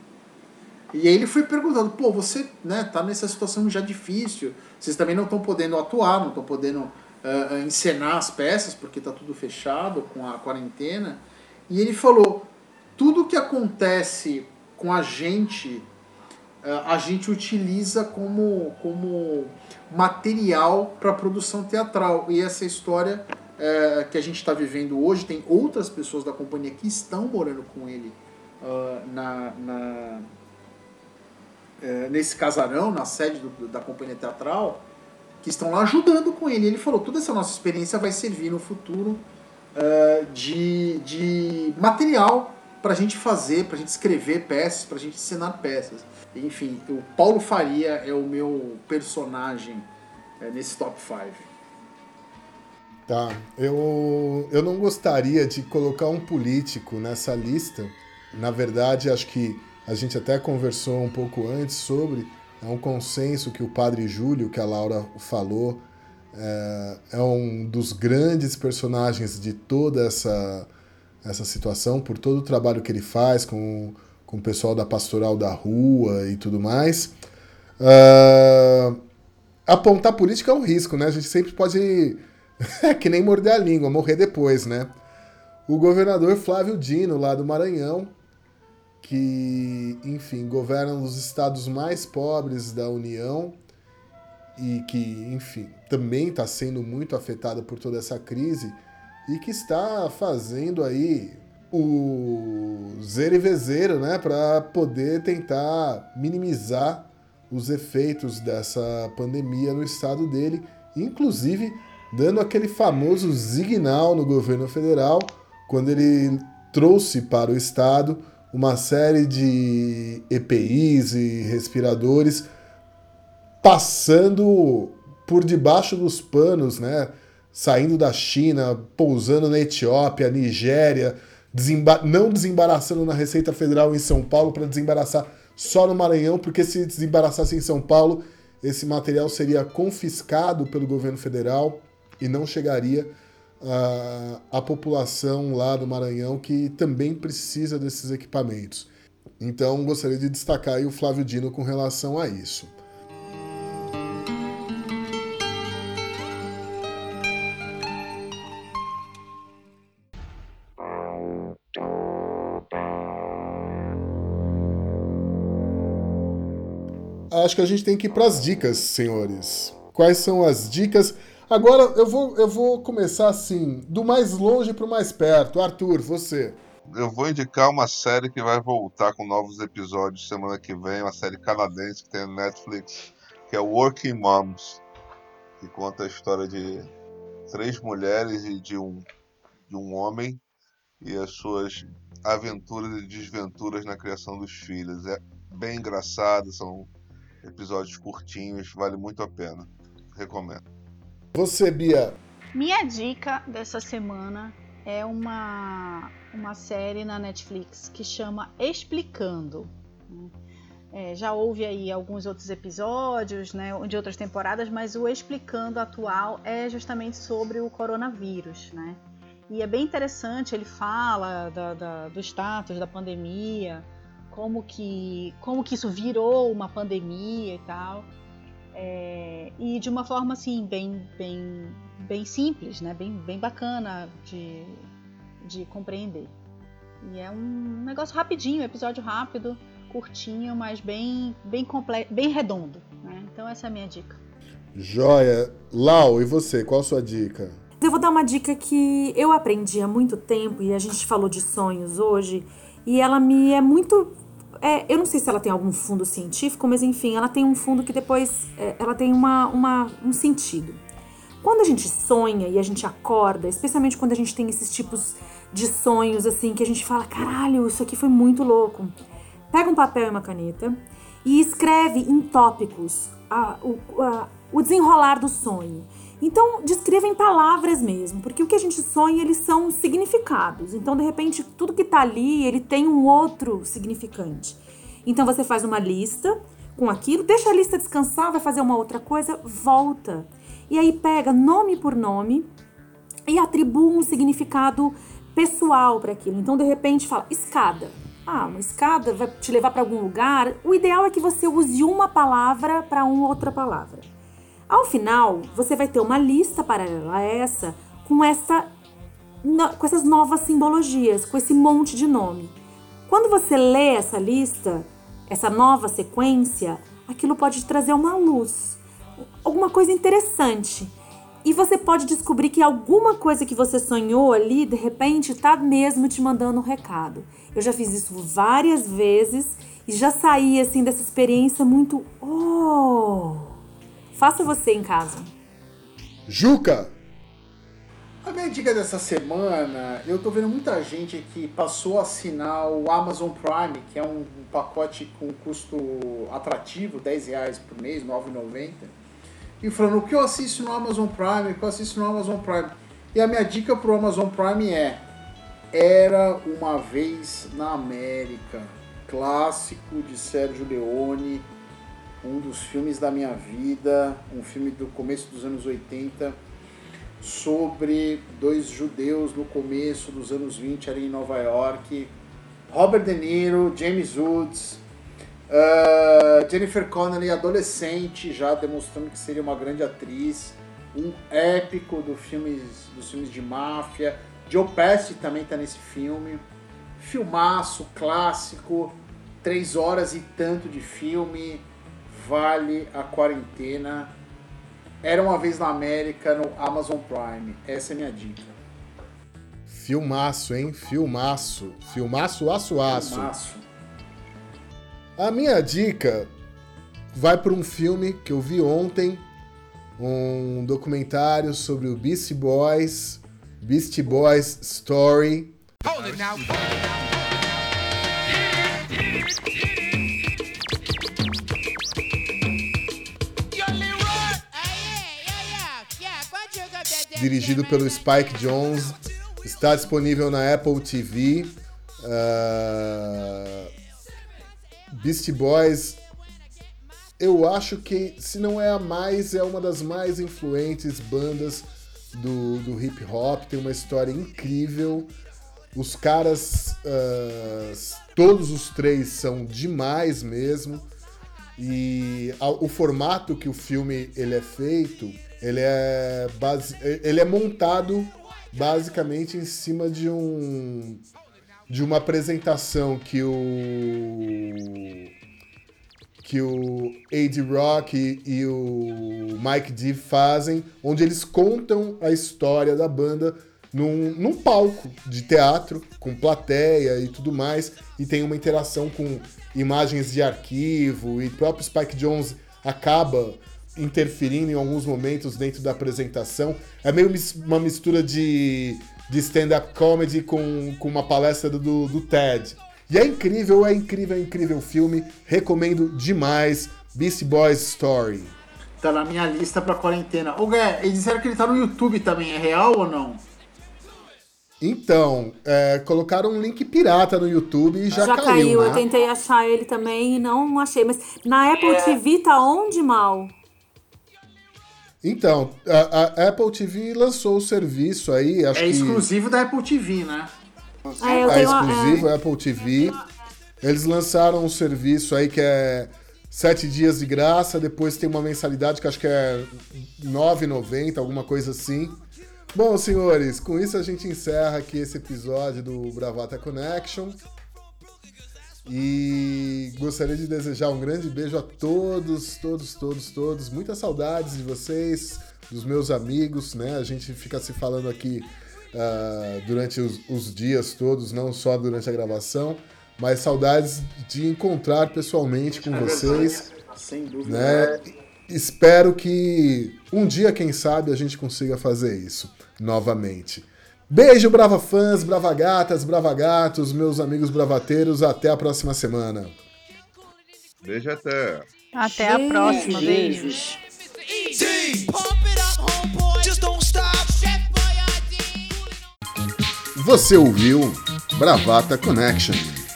E aí ele foi perguntando, pô, você, né, tá nessa situação já difícil, vocês também não estão podendo atuar, não estão podendo uh, encenar as peças, porque tá tudo fechado com a quarentena. E ele falou, tudo que acontece com a gente, uh, a gente utiliza como, como material para produção teatral. E essa história uh, que a gente está vivendo hoje, tem outras pessoas da companhia que estão morando com ele uh, na... na É, nesse casarão, na sede do, da companhia teatral, que estão lá ajudando com ele. Ele falou, toda essa nossa experiência vai servir no futuro uh, de, de material para a gente fazer, para a gente escrever peças, para a gente ensinar peças. Enfim, o Paulo Faria é o meu personagem uh, nesse top cinco. Tá, eu, eu não gostaria de colocar um político nessa lista. Na verdade, acho que a gente até conversou um pouco antes sobre, é um consenso que o Padre Júlio, que a Laura falou, é, é um dos grandes personagens de toda essa, essa situação, por todo o trabalho que ele faz com, com o pessoal da Pastoral da Rua e tudo mais. Uh, apontar política é um risco, né? A gente sempre pode, é que nem morder a língua, morrer depois, né? O governador Flávio Dino, lá do Maranhão, que, enfim, governa um dos estados mais pobres da União e que, enfim, também está sendo muito afetado por toda essa crise e que está fazendo aí o zero e vezeiro, né, para poder tentar minimizar os efeitos dessa pandemia no estado dele, inclusive dando aquele famoso signal no governo federal, quando ele trouxe para o estado uma série de E P Is e respiradores passando por debaixo dos panos, né? saindo da China, pousando na Etiópia, Nigéria, desemba- não desembaraçando na Receita Federal em São Paulo para desembaraçar só no Maranhão, porque se desembaraçasse em São Paulo, esse material seria confiscado pelo governo federal e não chegaria à, à população lá do Maranhão, que também precisa desses equipamentos. Então, gostaria de destacar aí o Flávio Dino com relação a isso. Acho que a gente tem que ir para as dicas, senhores. Quais são as dicas? Agora eu vou, eu vou começar assim, do mais longe para o mais perto. Arthur, você. Eu vou indicar uma série que vai voltar com novos episódios semana que vem, uma série canadense que tem no Netflix, que é Working Moms, que conta a história de três mulheres e de um, de um homem e as suas aventuras e desventuras na criação dos filhos. É bem engraçado, são episódios curtinhos, vale muito a pena. Recomendo. Você, Bia. Minha dica dessa semana é uma, uma série na Netflix que chama Explicando. É, já houve aí alguns outros episódios, né, de outras temporadas, mas o Explicando atual é justamente sobre o coronavírus, né? E é bem interessante, ele fala da, da, do status da pandemia, como que, como que isso virou uma pandemia e tal. É, e de uma forma assim, bem, bem, bem simples, né? bem, bem bacana de, de compreender. E é um negócio rapidinho, episódio rápido, curtinho, mas bem, bem, completo, bem redondo. Né? Então essa é a minha dica. Joia. Lau, e você? Qual a sua dica? Eu vou dar uma dica que eu aprendi há muito tempo, e a gente falou de sonhos hoje, e ela me é muito... É, eu não sei se ela tem algum fundo científico, mas enfim, ela tem um fundo que depois é, ela tem uma, uma, um sentido. Quando a gente sonha e a gente acorda, especialmente quando a gente tem esses tipos de sonhos assim, que a gente fala, caralho, isso aqui foi muito louco. Pega um papel e uma caneta e escreve em tópicos a, o, a, o desenrolar do sonho. Então, descreva em palavras mesmo, porque o que a gente sonha, eles são significados. Então, de repente, tudo que tá ali, ele tem um outro significante. Então, você faz uma lista com aquilo, deixa a lista descansar, vai fazer uma outra coisa, volta. E aí, pega nome por nome e atribua um significado pessoal para aquilo. Então, de repente, fala, escada. Ah, uma escada vai te levar para algum lugar. O ideal é que você use uma palavra para uma outra palavra. Ao final, você vai ter uma lista paralela a essa com, essa, com essas novas simbologias, com esse monte de nome. Quando você lê essa lista, essa nova sequência, aquilo pode te trazer uma luz, alguma coisa interessante. E você pode descobrir que alguma coisa que você sonhou ali, de repente, está mesmo te mandando um recado. Eu já fiz isso várias vezes e já saí assim dessa experiência muito... Oh! Faça você em casa. Juca! A minha dica dessa semana, eu tô vendo muita gente que passou a assinar o Amazon Prime, que é um pacote com custo atrativo, dez reais por mês, nove reais e noventa centavos, e falando, o que eu assisto no Amazon Prime, o que eu assisto no Amazon Prime. E a minha dica pro Amazon Prime é Era Uma Vez na América, clássico de Sérgio Leone, um dos filmes da minha vida, um filme do começo dos anos oitenta, sobre dois judeus no começo dos anos vinte ali em Nova York, Robert De Niro, James Woods, uh, Jennifer Connelly adolescente, já demonstrando que seria uma grande atriz, um épico do filmes, dos filmes de máfia. Joe Pesci também está nesse filme, filmaço, clássico, três horas e tanto de filme, vale a quarentena. Era Uma Vez na América no Amazon Prime. Essa é a minha dica. Filmaço, hein? Filmaço. Filmaço, aço, aço. Filmaço. A minha dica vai para um filme que eu vi ontem, um documentário sobre o Beastie Boys, Beastie Boys Story. Hold it now. dirigido pelo Spike Jonze, está disponível na Apple T V. Uh, Beastie Boys, eu acho que, se não é a mais, é uma das mais influentes bandas do, do hip hop. Tem uma história incrível. Os caras, uh, todos os três são demais mesmo. E a, o formato que o filme ele é feito, ele é, base, ele é montado basicamente em cima de um de uma apresentação que o que o A$AP Rocky e o Mike D fazem, onde eles contam a história da banda num, num palco de teatro, com plateia e tudo mais, e tem uma interação com imagens de arquivo, e o próprio Spike Jonze acaba interferindo em alguns momentos dentro da apresentação. É meio uma mistura de, de stand-up comedy com, com uma palestra do, do TED. E é incrível, é incrível, é incrível o filme. Recomendo demais. Beastie Boys Story. Tá na minha lista pra quarentena. Ô, Gé, eles disseram que ele tá no YouTube também. É real ou não? Então, é, colocaram um link pirata no YouTube e já, já caiu, caiu. né? Eu tentei achar ele também e não achei. Mas na Apple T V tá onde, Mal? Então, a, a Apple T V lançou o serviço aí, acho É que... exclusivo da Apple T V, né? É, eu É tenho a- exclusivo é. Apple T V. Eles lançaram um serviço aí que é sete dias de graça, depois tem uma mensalidade que acho que é nove reais e noventa centavos, alguma coisa assim. Bom, senhores, com isso a gente encerra aqui esse episódio do Bravata Connection. E gostaria de desejar um grande beijo a todos, todos, todos, todos. Muitas saudades de vocês, dos meus amigos, né? A gente fica se falando aqui uh, durante os, os dias todos, não só durante a gravação, mas saudades de encontrar pessoalmente com vocês, Sem dúvida. né? Espero que um dia, quem sabe, a gente consiga fazer isso novamente. Beijo, brava fãs, brava gatas, brava gatos, meus amigos bravateiros. Até a próxima semana. Beijo até. Até a próxima. Beijos. Você ouviu Bravata Connection.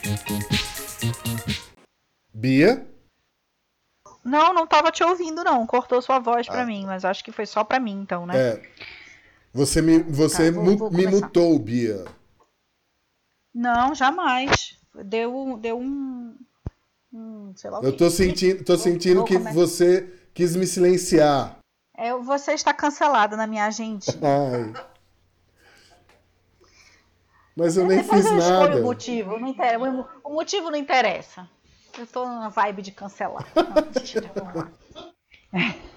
Bia? Não, não tava te ouvindo, não. Cortou sua voz pra Ah. mim, mas acho que foi só pra mim, então, né? É, você me, você Tá, vou- mu- vou me começar. mutou, Bia. Não, jamais. Deu, deu um, um. Sei lá o Eu quê. tô sentindo, tô Vou- sentindo vou que come- você quis me silenciar. É, você está cancelada na minha agendinha. Ai. Mas eu nem Depois fiz eu escolho nada. o motivo. Não inter- O motivo não interessa. Eu tô na vibe de cancelar. Não, mentira, vamos lá.